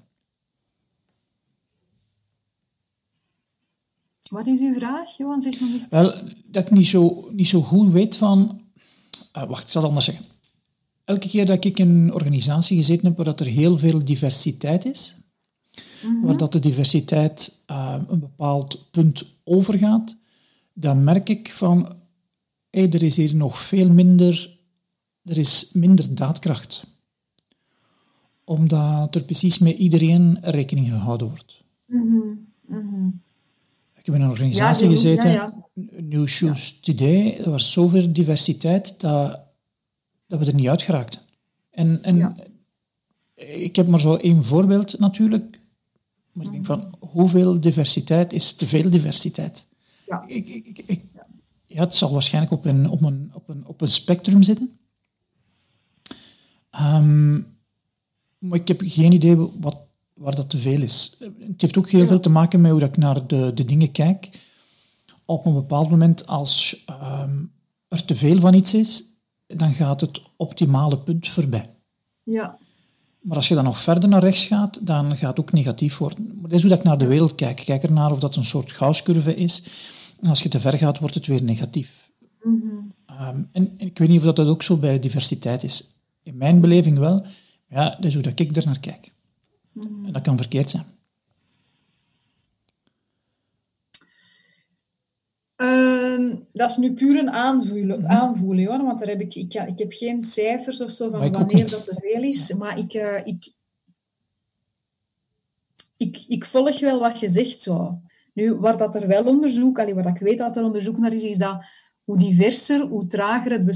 Wat is uw vraag, Johan? Zeg nog eens. Wel, dat ik niet zo goed weet van... wacht, ik zal het anders zeggen. Elke keer dat ik in een organisatie gezeten heb waar dat er heel veel diversiteit is, mm-hmm. waar dat de diversiteit een bepaald punt overgaat, dan merk ik van... er is hier nog veel minder... Er is minder daadkracht. Omdat er precies met iedereen rekening gehouden wordt. Mm-hmm. Mm-hmm. Ik heb in een organisatie gezeten, New Shoes Today, er was zoveel diversiteit dat we er niet uit geraakten. En ik heb maar zo één voorbeeld natuurlijk, maar ik denk van, hoeveel diversiteit is te veel diversiteit? Ja. Het zal waarschijnlijk op een spectrum zitten. Maar ik heb geen idee waar dat te veel is. Het heeft ook heel veel te maken met hoe dat ik naar de dingen kijk. Op een bepaald moment, als er te veel van iets is, dan gaat het optimale punt voorbij. Ja. Maar als je dan nog verder naar rechts gaat, dan gaat het ook negatief worden. Maar dat is hoe dat ik naar de wereld kijk. Ik kijk ernaar of dat een soort Gauss-curve is. En als je te ver gaat, wordt het weer negatief. Mm-hmm. En ik weet niet of dat ook zo bij diversiteit is. In mijn beleving wel. Ja, dat is hoe dat ik er naar kijk. En dat kan verkeerd zijn. Dat is nu puur een aanvoelen hoor. Want daar heb ik heb geen cijfers of zo van wanneer dat te veel is. Maar ik volg wel wat je zegt zo. Nu, waar dat er wel onderzoek, waar ik weet dat er onderzoek naar is dat hoe diverser, hoe trager het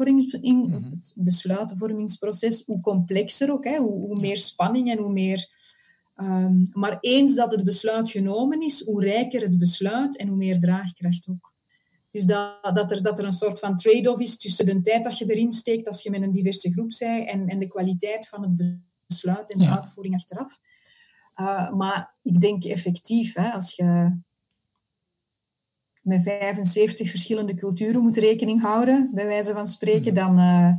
besluitvormingsproces, hoe complexer ook, hoe meer spanning en hoe meer... maar eens dat het besluit genomen is, hoe rijker het besluit en hoe meer draagkracht ook. Dus dat er een soort van trade-off is tussen de tijd dat je erin steekt als je met een diverse groep bent en de kwaliteit van het besluit en de uitvoering achteraf. Maar ik denk effectief, als je met 75 verschillende culturen moet rekening houden, bij wijze van spreken, dan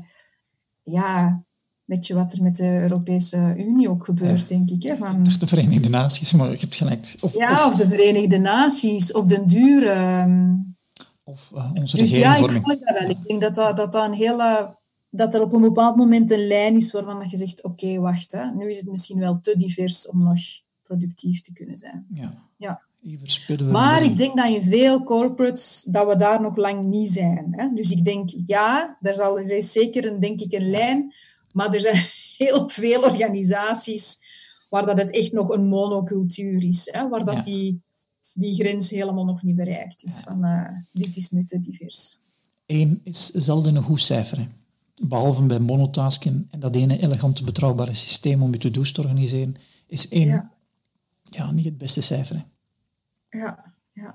weet je wat er met de Europese Unie ook gebeurt, denk ik. Hè, van... De Verenigde Naties, maar je hebt gelijk. Of de Verenigde Naties, op den duur. Of onze regeringsvorming. Dus ik volg dat wel. Ik denk dat een hele... Dat er op een bepaald moment een lijn is waarvan je zegt, oké, wacht, nu is het misschien wel te divers om nog productief te kunnen zijn. Ja. Maar ik denk dat in veel corporates dat we daar nog lang niet zijn. Hè? Dus ik denk, er is zeker een lijn, maar er zijn heel veel organisaties waar dat het echt nog een monocultuur is. Hè? Waar dat die grens helemaal nog niet bereikt is. Van, dit is nu te divers. 1 is zelden een goed cijfer. Hè? Behalve bij monotasken en dat ene elegante, betrouwbare systeem om je to-do's te organiseren, is 1 niet het beste cijfer. Hè? Ja.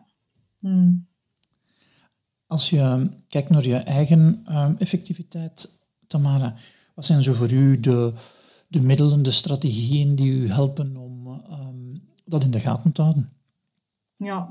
Als je kijkt naar je eigen effectiviteit, Tamara, wat zijn zo voor u de middelen, de strategieën die u helpen om dat in de gaten te houden? Ja.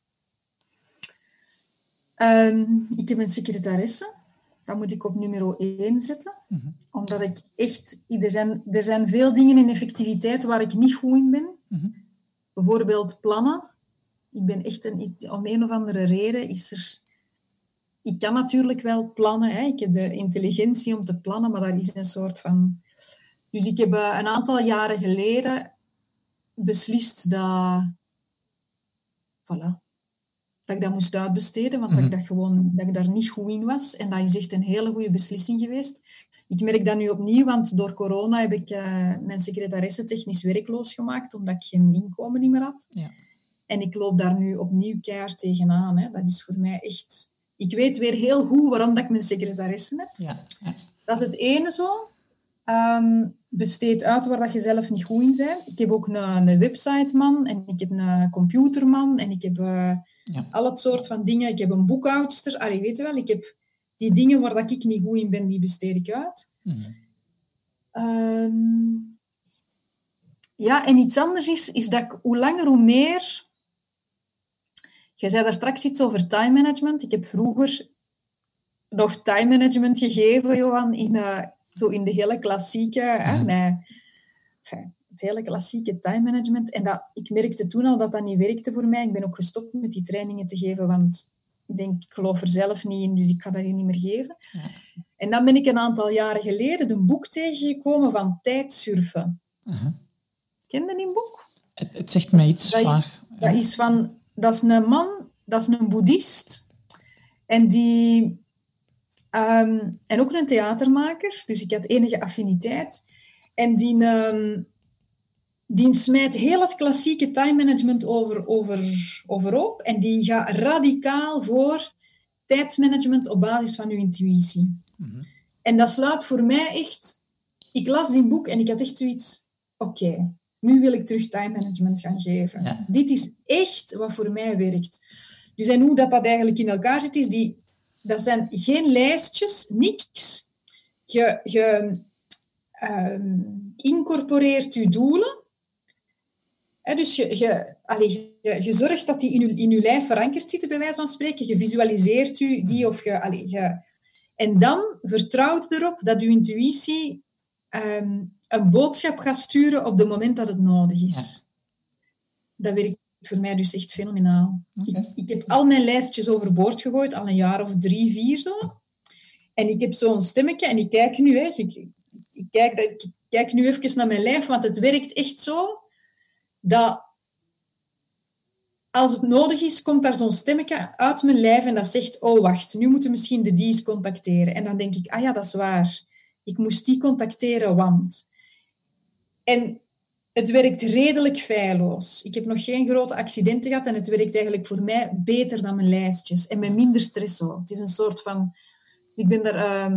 Ik heb een secretaresse. Dat moet ik op nummer 1 zetten. Mm-hmm. Omdat ik echt... Er zijn veel dingen in effectiviteit waar ik niet goed in ben. Mm-hmm. Bijvoorbeeld plannen. Ik ben echt om een of andere reden is er ik kan natuurlijk wel plannen. Hè. Ik heb de intelligentie om te plannen, maar daar is een soort van... Dus ik heb een aantal jaren geleden beslist dat... Voilà. Dat ik dat moest uitbesteden, want dat ik daar niet goed in was. En dat is echt een hele goede beslissing geweest. Ik merk dat nu opnieuw, want door corona heb ik mijn secretaresse technisch werkloos gemaakt, omdat ik geen inkomen meer had. Ja. En ik loop daar nu opnieuw keihard tegenaan. Hè. Dat is voor mij echt... Ik weet weer heel goed waarom dat ik mijn secretaresse heb. Ja. Ja. Dat is het ene zo. Besteed uit waar dat je zelf niet goed in bent. Ik heb ook een websiteman en ik heb een computerman en ik heb al het soort van dingen. Ik heb een boekhoudster. Allee, weet je wel, ik heb die dingen waar dat ik niet goed in ben, die besteed ik uit. Ja, en iets anders is dat ik hoe langer hoe meer... Jij zei daar straks iets over time management. Ik heb vroeger nog time management gegeven, Johan, zo in de hele klassieke... het hele klassieke time management. En ik merkte toen al dat niet werkte voor mij. Ik ben ook gestopt met die trainingen te geven, want ik geloof er zelf niet in, dus ik ga dat hier niet meer geven. Ja. En dan ben ik een aantal jaren geleden een boek tegengekomen van tijdsurfen. Ken je die boek? Het zegt mij iets vaag. Dat is een man, dat is een boeddhist. En en ook een theatermaker, dus ik had enige affiniteit. En die smijt heel het klassieke time management overhoop. En die gaat radicaal voor tijdsmanagement op basis van uw intuïtie. En dat sluit voor mij echt... Ik las die boek en ik had echt zoiets... Oké, nu wil ik terug time management gaan geven. Ja. Dit is echt wat voor mij werkt. Dus en hoe dat eigenlijk in elkaar zit, is dat zijn geen lijstjes, niks. Je incorporeert je doelen. Dus je zorgt dat die in je lijf verankerd zitten, bij wijze van spreken. Je visualiseert die of en dan vertrouwt erop dat je intuïtie een boodschap gaat sturen op het moment dat het nodig is. Ja. Dat werkt voor mij dus echt fenomenaal. Okay. Ik heb al mijn lijstjes overboord gegooid, al een jaar of 3, 4 zo. En ik heb zo'n stemmetje en ik kijk nu, ik kijk nu even naar mijn lijf, want het werkt echt zo dat als het nodig is, komt daar zo'n stemmetje uit mijn lijf en dat zegt, oh wacht, nu moeten we misschien de die's contacteren. En dan denk ik, ja, dat is waar. Ik moest die contacteren, want... En het werkt redelijk feilloos. Ik heb nog geen grote accidenten gehad en het werkt eigenlijk voor mij beter dan mijn lijstjes. En met minder stress ook. Het is een soort van... Ik ben daar...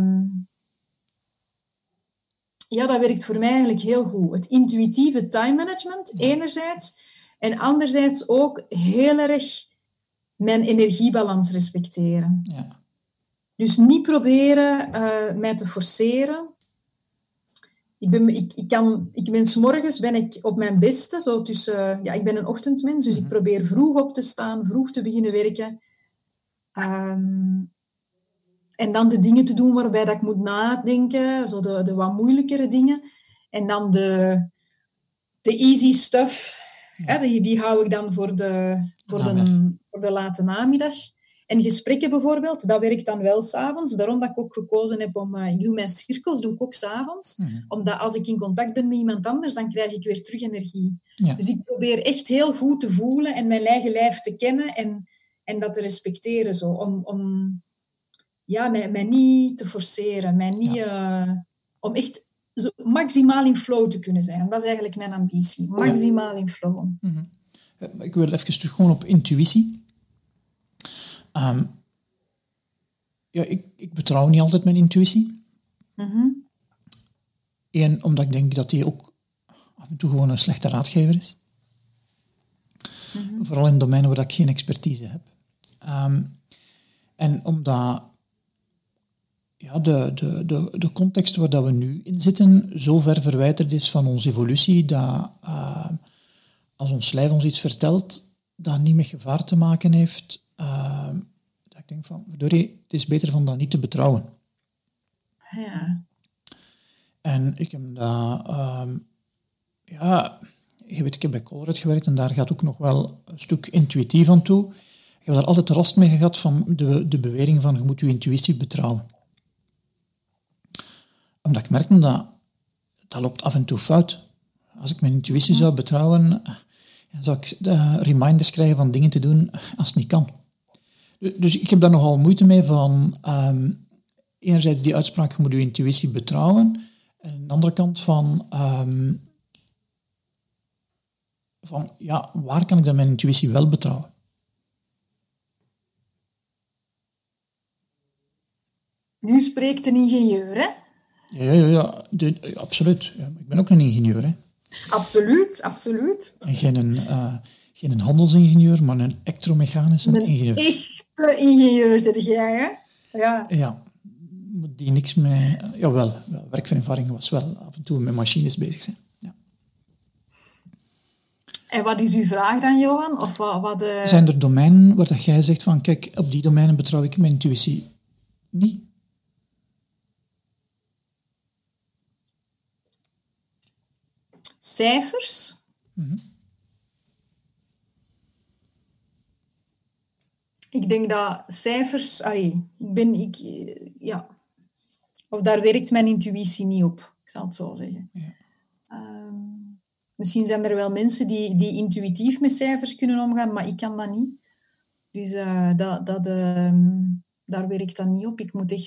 Ja, dat werkt voor mij eigenlijk heel goed. Het intuïtieve time management, enerzijds. En anderzijds ook heel erg mijn energiebalans respecteren. Ja. Dus niet proberen mij te forceren. Ik ben 's morgens ben ik op mijn beste, zo tussen... ik ben een ochtendmens, dus ik probeer vroeg op te staan, vroeg te beginnen werken. En dan de dingen te doen waarbij dat ik moet nadenken, zo de wat moeilijkere dingen. En dan de easy stuff, die hou ik dan voor de late namiddag. En gesprekken bijvoorbeeld, dat werkt dan wel 's avonds. Daarom dat ik ook gekozen heb om... ik doe mijn cirkels, doe ik ook 's avonds. Omdat als ik in contact ben met iemand anders, dan krijg ik weer terug energie. Ja. Dus ik probeer echt heel goed te voelen en mijn eigen lijf te kennen en dat te respecteren. Zo, om mij niet te forceren. Mij niet, om echt zo maximaal in flow te kunnen zijn. Dat is eigenlijk mijn ambitie. Maximaal in flow. Ik wil even terug gewoon op intuïtie. Ik betrouw niet altijd mijn intuïtie. Eén, omdat ik denk dat die ook af en toe gewoon een slechte raadgever is. Vooral in domeinen waar ik geen expertise heb. En omdat de context waar dat we nu in zitten zo ver verwijderd is van onze evolutie dat als ons lijf ons iets vertelt dat niet met gevaar te maken heeft... Ik denk van, verdorie, het is beter van dat niet te betrouwen. Ja. En ik heb dat... ik heb bij Colruyt gewerkt en daar gaat ook nog wel een stuk intuïtief aan toe. Ik heb daar altijd last mee gehad van de bewering van je moet je intuïtie betrouwen. Omdat ik merkte dat loopt af en toe fout. Als ik mijn intuïtie zou betrouwen, dan zou ik reminders krijgen van dingen te doen als het niet kan. Dus ik heb daar nogal moeite mee van enerzijds die uitspraak, je moet je intuïtie betrouwen. En aan de andere kant van waar kan ik dan mijn intuïtie wel betrouwen? Nu spreekt een ingenieur, hè? Ja, absoluut. Ja, ik ben ook een ingenieur, hè. Absoluut. En geen handelsingenieur, maar een elektromechanische ingenieur. Een echte ingenieur, zeg jij, hè? Ja. Ja, die niks mee... Jawel, werkervaring was wel af en toe met machines bezig zijn. Ja. En wat is uw vraag dan, Johan? Of Zijn er domeinen waar dat jij zegt van, kijk, op die domeinen betrouw ik mijn intuïtie niet? Cijfers? Mm-hmm. Ik denk dat cijfers... Of daar werkt mijn intuïtie niet op, ik zal het zo zeggen. Ja. Misschien zijn er wel mensen die intuïtief met cijfers kunnen omgaan, maar ik kan dat niet. Dus daar werkt dat niet op.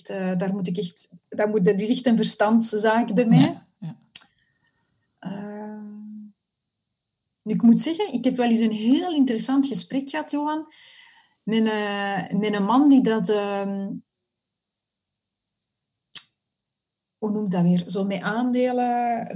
Dat is echt een verstandszaak bij mij. Ja. Nu, ik moet zeggen, ik heb wel eens een heel interessant gesprek gehad, Johan, met een man die dat... hoe noemt dat weer? Zo met aandelen,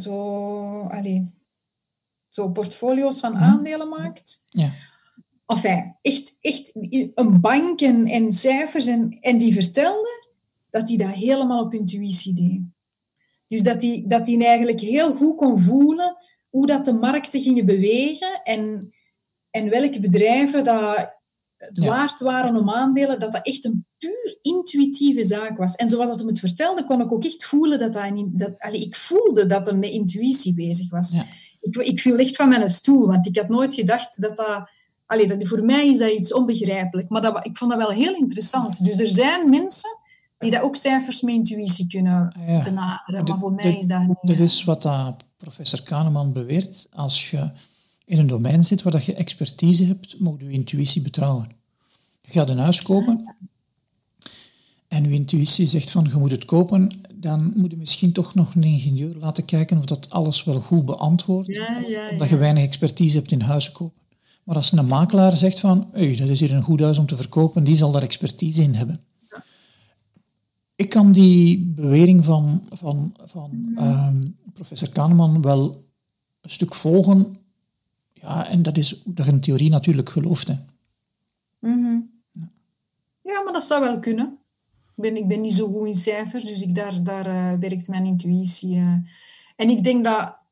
zo portfolio's van aandelen maakt. Ja. Enfin, echt een bank en cijfers. En die vertelde dat hij dat helemaal op intuïtie deed. Dus dat hij eigenlijk heel goed kon voelen hoe dat de markten gingen bewegen en welke bedrijven dat het waard waren om aandelen, dat echt een puur intuïtieve zaak was. En zoals dat hem het vertelde, kon ik ook echt voelen ik voelde dat hij met intuïtie bezig was. Ja. Ik viel echt van mijn stoel, want ik had nooit gedacht dat voor mij is dat iets onbegrijpelijk. Maar ik vond dat wel heel interessant. Dus er zijn mensen die dat ook cijfers met intuïtie kunnen benaderen. Maar voor mij is dat niet... Dat is wat professor Kahneman beweert. Als je in een domein zit waar je expertise hebt, moet je intuïtie betrouwen. Je gaat een huis kopen en je intuïtie zegt van je moet het kopen, dan moet je misschien toch nog een ingenieur laten kijken of dat alles wel goed beantwoordt, omdat je weinig expertise hebt in huizen kopen. Maar als een makelaar zegt van, dat is hier een goed huis om te verkopen, die zal daar expertise in hebben. Ik kan die bewering van professor Kahneman wel een stuk volgen. Ja, en dat is dat je in theorie natuurlijk gelooft. Hè. Mm-hmm. Ja, maar dat zou wel kunnen. Ik ben niet zo goed in cijfers, dus daar werkt mijn intuïtie. En ik denk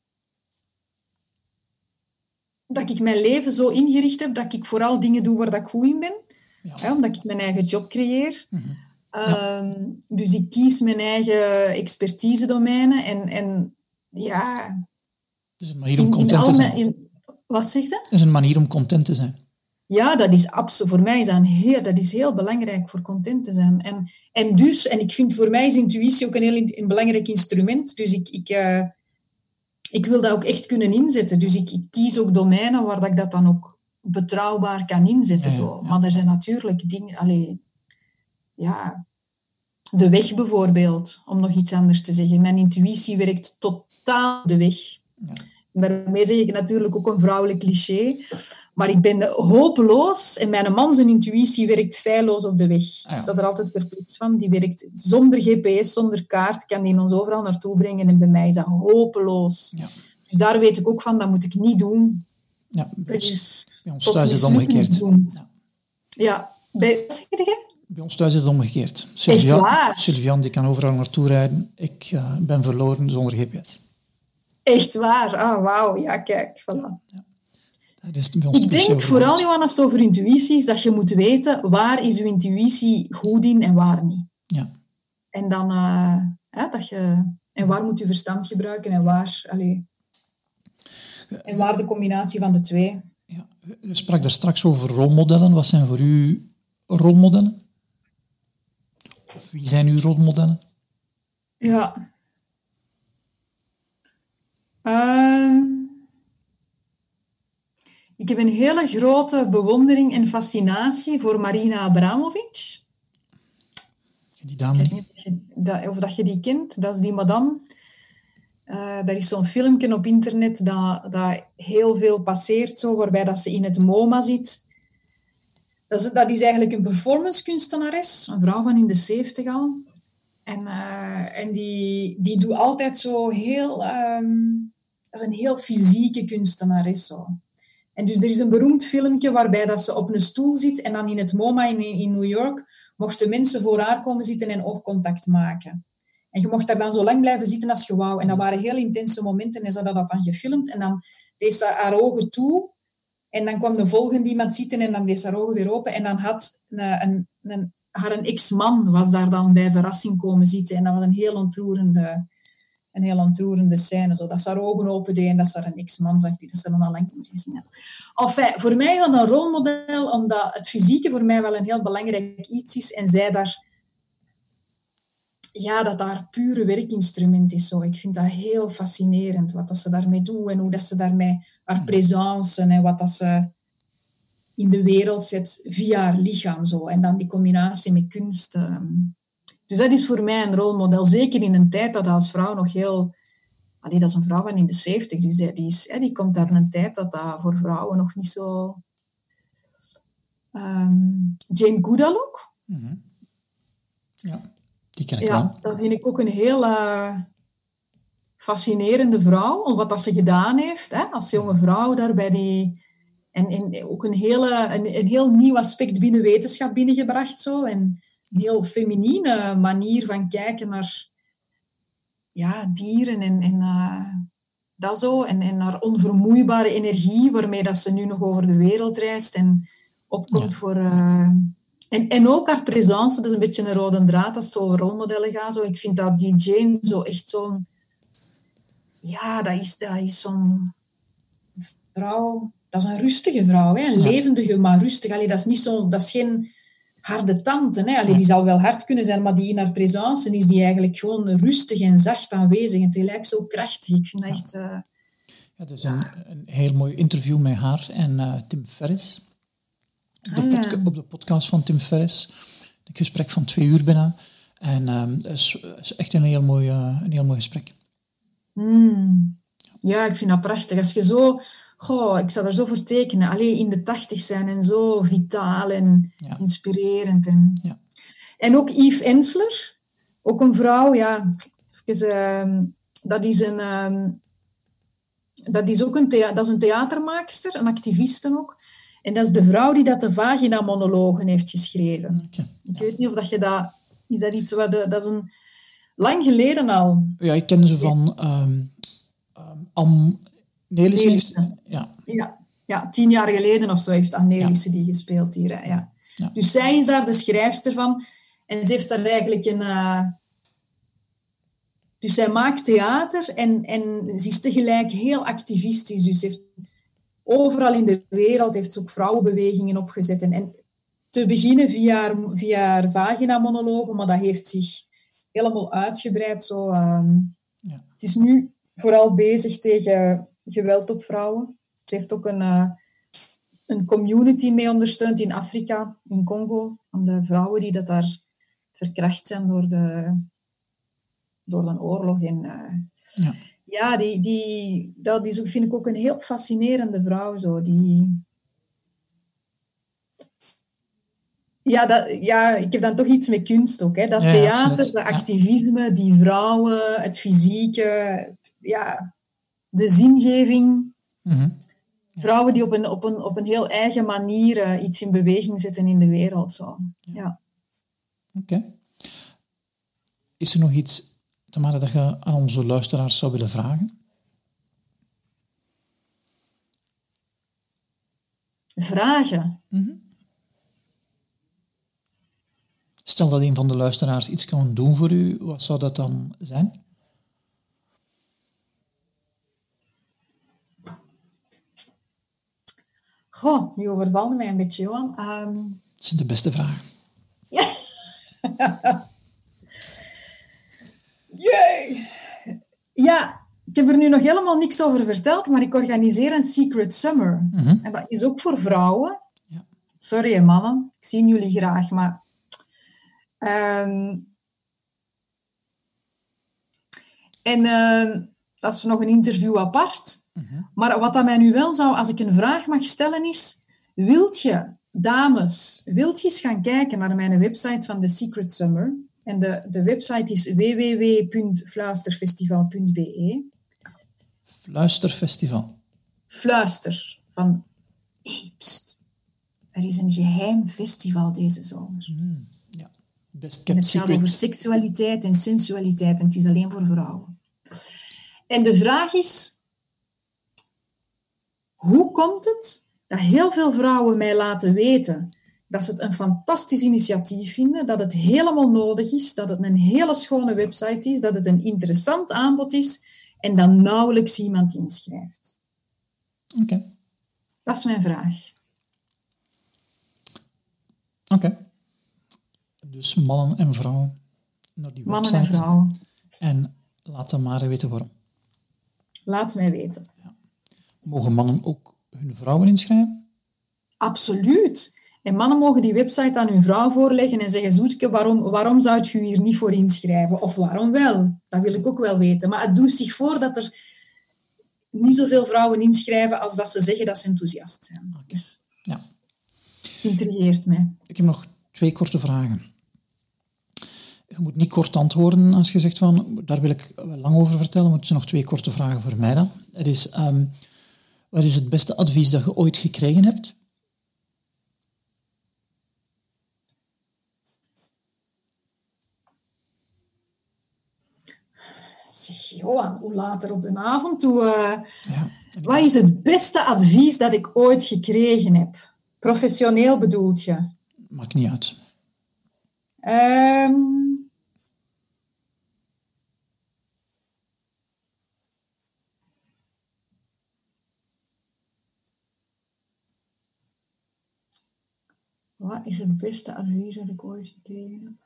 dat ik mijn leven zo ingericht heb dat ik vooral dingen doe waar dat ik goed in ben. Ja. Omdat ik mijn eigen job creëer. Mm-hmm. Dus ik kies mijn eigen expertise-domeinen. En ja... Het is een manier om content te zijn. Wat zeg je? Het is een manier om content te zijn. Ja, dat is absoluut. Voor mij is dat is heel belangrijk voor content te zijn. En ik vind voor mij is intuïtie ook een belangrijk instrument. Dus ik wil dat ook echt kunnen inzetten. Dus ik kies ook domeinen waar ik dat dan ook betrouwbaar kan inzetten. Zo. Maar er zijn natuurlijk dingen... de weg bijvoorbeeld, om nog iets anders te zeggen. Mijn intuïtie werkt totaal de weg. Ja. Daarmee zeg ik natuurlijk ook een vrouwelijk cliché. Maar ik ben hopeloos en mijn man zijn intuïtie werkt feilloos op de weg. Ik sta er altijd perplex van. Die werkt zonder GPS, zonder kaart, kan die ons overal naartoe brengen. En bij mij is dat hopeloos. Ja. Dus daar weet ik ook van, dat moet ik niet doen. Ja, bij ons thuis is het omgekeerd. Ja, bij ons thuis is het omgekeerd. Sylvian die kan overal naartoe rijden. Ik ben verloren zonder GPS. Echt waar? Ah, wauw. Ja, kijk. Voilà. Ja. Dat is bij ons ik denk vooral, Johan, als het over intuïtie is, dat je moet weten waar is je intuïtie goed in en waar niet. Ja. En dan en waar moet je verstand gebruiken en waar... en waar de combinatie van de twee. Ja. Je sprak daar straks over rolmodellen. Wat zijn voor u rolmodellen? Of wie zijn uw rolmodellen? Ja. Ik heb een hele grote bewondering en fascinatie voor Marina Abramovic. Die dame niet. Of dat je die kent, dat is die madame. Er is zo'n filmpje op internet dat heel veel passeert, zo, waarbij dat ze in het MoMA zit. Dat is eigenlijk een performancekunstenares, een vrouw van in de 70 al. En die doet altijd zo heel... dat is een heel fysieke kunstenares. Zo. En dus er is een beroemd filmpje waarbij dat ze op een stoel zit en dan in het MoMA in New York mochten mensen voor haar komen zitten en oogcontact maken. En je mocht daar dan zo lang blijven zitten als je wou. En dat waren heel intense momenten en ze hadden dat dan gefilmd. En dan deed ze haar ogen toe. En dan kwam de volgende iemand zitten en dan deed ze haar ogen weer open. En dan had haar ex-man was daar dan bij verrassing komen zitten. En dat was een heel ontroerende scène. Zo, dat ze haar ogen opende en dat ze haar een ex-man zag die dat ze dan al lang niet meer gezien had. Enfin, voor mij is dat een rolmodel, omdat het fysieke voor mij wel een heel belangrijk iets is. En zij daar... Ja, dat haar pure werkinstrument is. Zo. Ik vind dat heel fascinerend, wat dat ze daarmee doet en hoe dat ze daarmee haar présence en wat dat ze in de wereld zet via haar lichaam. Zo. En dan die combinatie met kunst. Dus dat is voor mij een rolmodel. Zeker in een tijd dat als vrouw nog heel... dat is een vrouw van in de 70, dus die komt uit een tijd dat voor vrouwen nog niet zo... Jane Goodall ook. Mm-hmm. Ja. Die ken ik wel. Ja, dat vind ik ook een heel fascinerende vrouw, om wat dat ze gedaan heeft, hè, als jonge vrouw daar bij die... En ook een heel nieuw aspect binnen wetenschap binnengebracht. Zo, en een heel feminine manier van kijken naar dieren en dat zo. En naar onvermoeibare energie, waarmee dat ze nu nog over de wereld reist en opkomt voor... En ook haar présence, dat is een beetje een rode draad als het over rolmodellen gaat. Zo. Ik vind dat die Jane zo echt zo'n... Ja, dat is zo'n vrouw... Dat is een rustige vrouw, hè? Een levendige, maar rustig. Allee, dat is geen harde tante. Hè? Allee, die zal wel hard kunnen zijn, maar die in haar présence is die eigenlijk gewoon rustig en zacht aanwezig. En tegelijk zo krachtig. Ik vind dat echt... Het is een heel mooi interview met haar en Tim Ferriss. Op de podcast van Tim Ferriss. Een gesprek van 2 uur bijna. En het is echt een heel mooi gesprek. Ja, ik vind dat prachtig. Als je zo... ik zou er zo voor tekenen. Alleen in de 80 zijn en zo vitaal en inspirerend. En ook Eve Ensler. Ook een vrouw, dat is ook een theatermaakster, een activiste ook. En dat is de vrouw die dat de vagina-monologen heeft geschreven. Okay. Ik weet niet of je dat... Is dat iets wat... Dat is een... Lang geleden al. Ja, ik ken ze van... Nelissen heeft... Ja, 10 jaar geleden of zo heeft Nelissen die gespeeld hier. Hè, ja. Ja. Dus zij is daar de schrijfster van. En ze heeft daar eigenlijk een... Dus zij maakt theater en ze is tegelijk heel activistisch. Dus ze heeft... Overal in de wereld heeft ze ook vrouwenbewegingen opgezet. En te beginnen via haar vagina-monologen, maar dat heeft zich helemaal uitgebreid. Zo, Het is nu vooral bezig tegen geweld op vrouwen. Ze heeft ook een community mee ondersteund in Afrika, in Congo, van de vrouwen die dat daar verkracht zijn door een oorlog. Dat is ook, vind ik ook een heel fascinerende vrouw. Zo, ik heb dan toch iets met kunst ook. Hè. Dat theater, dat activisme, die vrouwen, het fysieke, de zingeving. Mm-hmm. Vrouwen die op een heel eigen manier iets in beweging zetten in de wereld. Zo. Ja. Oké. Is er nog iets, Tamara, dat je aan onze luisteraars zou willen vragen? Vragen? Mm-hmm. Stel dat een van de luisteraars iets kan doen voor u, wat zou dat dan zijn? Goh, die overvalde mij een beetje, Johan. Dat zijn de beste vragen. Jee! Ja, ik heb er nu nog helemaal niks over verteld, maar ik organiseer een Secret Summer. En dat is ook voor vrouwen. Ja. Sorry, mannen. Ik zie jullie graag, maar... dat is nog een interview apart. Maar wat dat mij nu wel zou, als ik een vraag mag stellen, is... Wilt je, dames, wilt je eens gaan kijken naar mijn website van The Secret Summer? En de website is www.fluisterfestival.be. Fluisterfestival. Fluister. Van, pst, er is een geheim festival deze zomer. Ja. Best En kept het gaat secret. over seksualiteit en sensualiteit. En het is alleen voor vrouwen. En de vraag is... Hoe komt het dat heel veel vrouwen mij laten weten dat ze het een fantastisch initiatief vinden, dat het helemaal nodig is, dat het een hele schone website is, dat het een interessant aanbod is en dat nauwelijks iemand inschrijft? Oké. Dat is mijn vraag. Oké. Dus mannen en vrouwen naar die website. Mannen en vrouwen. En laat dan maar weten waarom. Laat mij weten. Mogen mannen ook hun vrouwen inschrijven? Absoluut. En mannen mogen die website aan hun vrouw voorleggen en zeggen, Zoetke, waarom zou je hier niet voor inschrijven? Of waarom wel? Dat wil ik ook wel weten. Maar het doet zich voor dat er niet zoveel vrouwen inschrijven als dat ze zeggen dat ze enthousiast zijn. Dus Ja. het intrigeert mij. Ik heb nog 2 korte vragen. Je moet niet kort antwoorden als je zegt van, daar wil ik wel lang over vertellen, maar het zijn nog 2 korte vragen voor mij dan. Het is, wat is het beste advies dat je ooit gekregen hebt? Zeg, Johan, hoe later op de avond? Ja. Wat is het beste advies dat ik ooit gekregen heb? Professioneel bedoelt je? Maakt niet uit. Wat is het beste advies dat ik ooit gekregen heb?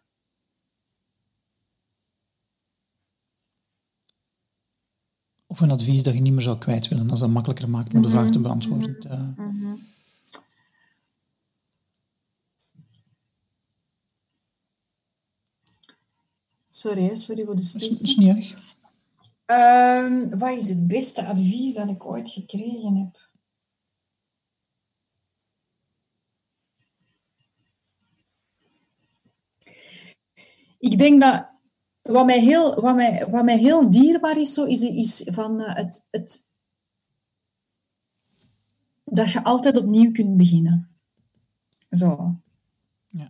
Of een advies dat je niet meer zou kwijt willen, als dat makkelijker maakt om de vraag te beantwoorden. Sorry voor de Dat stilte. is niet erg. Wat is het beste advies dat ik ooit gekregen heb? Ik denk dat wat mij heel dierbaar is, is van dat je altijd opnieuw kunt beginnen. Zo. Ja.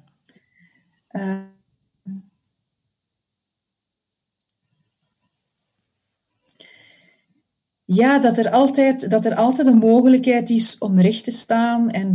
Ja, dat er altijd een mogelijkheid is om recht te staan en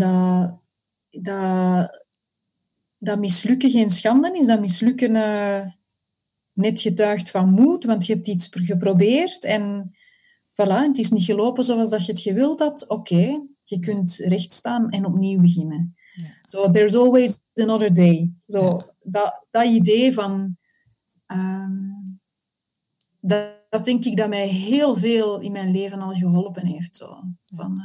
dat mislukken geen schande is, dat mislukken net getuigt van moed, want je hebt iets geprobeerd en voilà, het is niet gelopen zoals dat je het gewild had. Oké, je kunt recht staan en opnieuw beginnen. So, there's always another day. Dat idee van... Dat denk ik dat mij heel veel in mijn leven al geholpen heeft. Zo. Van,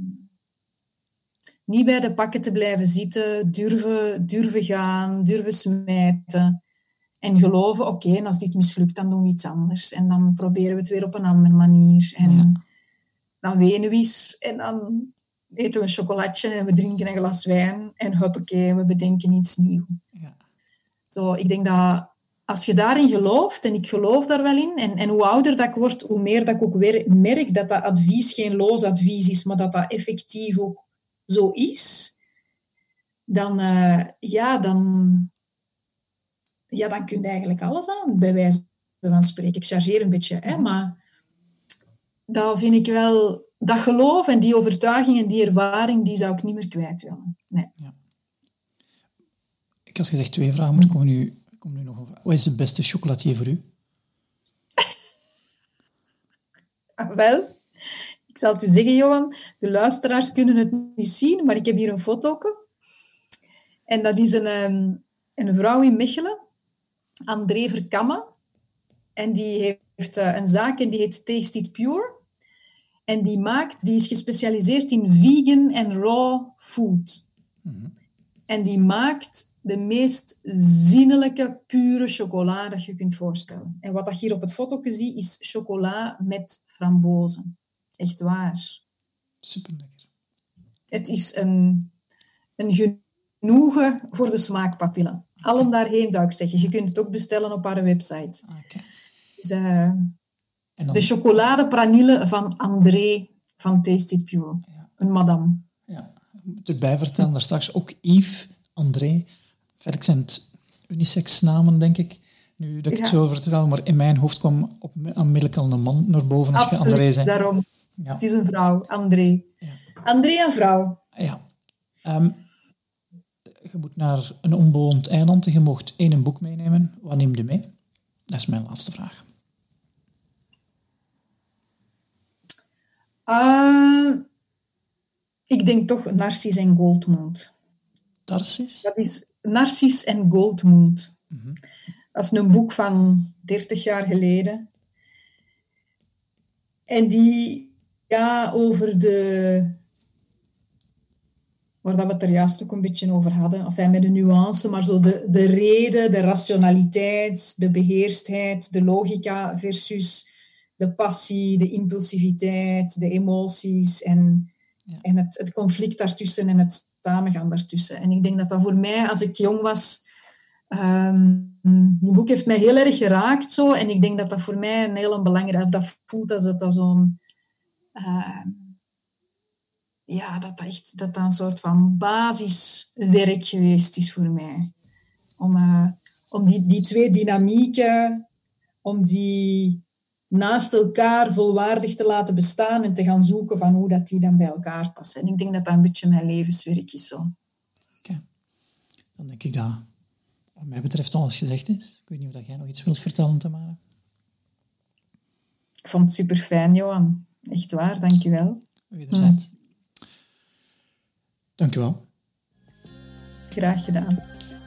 niet bij de pakken te blijven zitten, durven gaan, durven smijten. En geloven, oké, en als dit mislukt, dan doen we iets anders. En dan proberen we het weer op een andere manier. En dan wenen we eens. En dan eten we een chocolatje en we drinken een glas wijn. En huppakee, we bedenken iets nieuws. Ja. Zo, ik denk dat als je daarin gelooft, en ik geloof daar wel in, en hoe ouder dat ik word, hoe meer dat ik ook weer merk dat dat advies geen loos advies is, maar dat dat effectief ook zo is, dan kun je eigenlijk alles aan, bij wijze van spreken. Ik chargeer een beetje, hè, maar dat vind ik wel... Dat geloof en die overtuiging en die ervaring, die zou ik niet meer kwijt willen. Nee. Ja. Ik had gezegd 2 vragen, maar er komt nu nog een vraag. Wat is de beste chocolatier voor u? Wel, Ik zal het u zeggen, Johan, de luisteraars kunnen het niet zien, maar ik heb hier een foto. En dat is een vrouw in Mechelen, André Verkamme. En die heeft een zaak en die heet Taste It Pure. En die is gespecialiseerd in vegan en raw food. Mm-hmm. En die maakt de meest zinnelijke, pure chocola dat je kunt voorstellen. En wat je hier op het foto ziet, is chocola met frambozen. Echt waar. Super lekker. Het is een genoegen voor de smaakpapillen. Allen daarheen, zou ik zeggen. Je kunt het ook bestellen op haar website. Okay. Dus, de chocoladepranille van André van Taste It Pure. Ja. Een madame. Ja, ik moet erbij vertellen, daar straks ook Yves, André. Verder zijn het unisex namen, denk ik. Nu dat ik het zo vertel, maar in mijn hoofd kwam onmiddellijk al een man naar boven als je André zei. Daarom. Ja. Het is een vrouw, André. Ja. André en vrouw. Ja. Je moet naar een onbewoond eiland en je mocht één boek meenemen. Wat neem je mee? Dat is mijn laatste vraag. Ik denk toch Narcis en Goldmund. Narcis? Dat is Narcis en Goldmund. Mm-hmm. Dat is een boek van 30 jaar geleden. En die over waar dat we het er juist ook een beetje over hadden. Enfin, met de nuance, maar zo de reden, de rationaliteit, de beheerstheid, de logica versus de passie, de impulsiviteit, de emoties en het conflict daartussen en het samengaan daartussen. En ik denk dat voor mij, als ik jong was, die boek heeft mij heel erg geraakt zo. En ik denk dat voor mij een heel belangrijk... Dat voelt als dat zo'n... dat een soort van basiswerk geweest is voor mij. Om die twee dynamieken, om die naast elkaar volwaardig te laten bestaan en te gaan zoeken van hoe dat die dan bij elkaar passen. En ik denk dat dat een beetje mijn levenswerk is. Zo. Oké. Dan denk ik dat wat mij betreft alles gezegd is. Ik weet niet of jij nog iets wilt vertellen, Tamara. Ik vond het super fijn, Johan. Echt waar, dank je wel. Wederzijds. Dank je wel. Graag gedaan.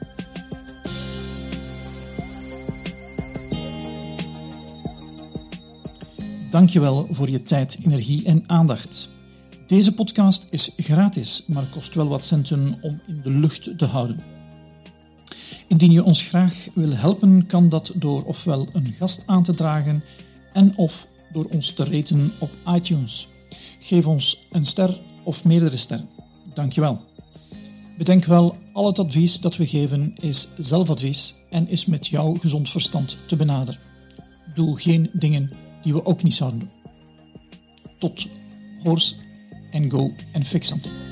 Dank je wel voor je tijd, energie en aandacht. Deze podcast is gratis, maar kost wel wat centen om in de lucht te houden. Indien je ons graag wil helpen, kan dat door ofwel een gast aan te dragen en of door ons te raten op iTunes. Geef ons een ster of meerdere sterren. Dank je wel. Bedenk wel, al het advies dat we geven is zelfadvies en is met jouw gezond verstand te benaderen. Doe geen dingen die we ook niet zouden doen. Tot hoors en go en fix something.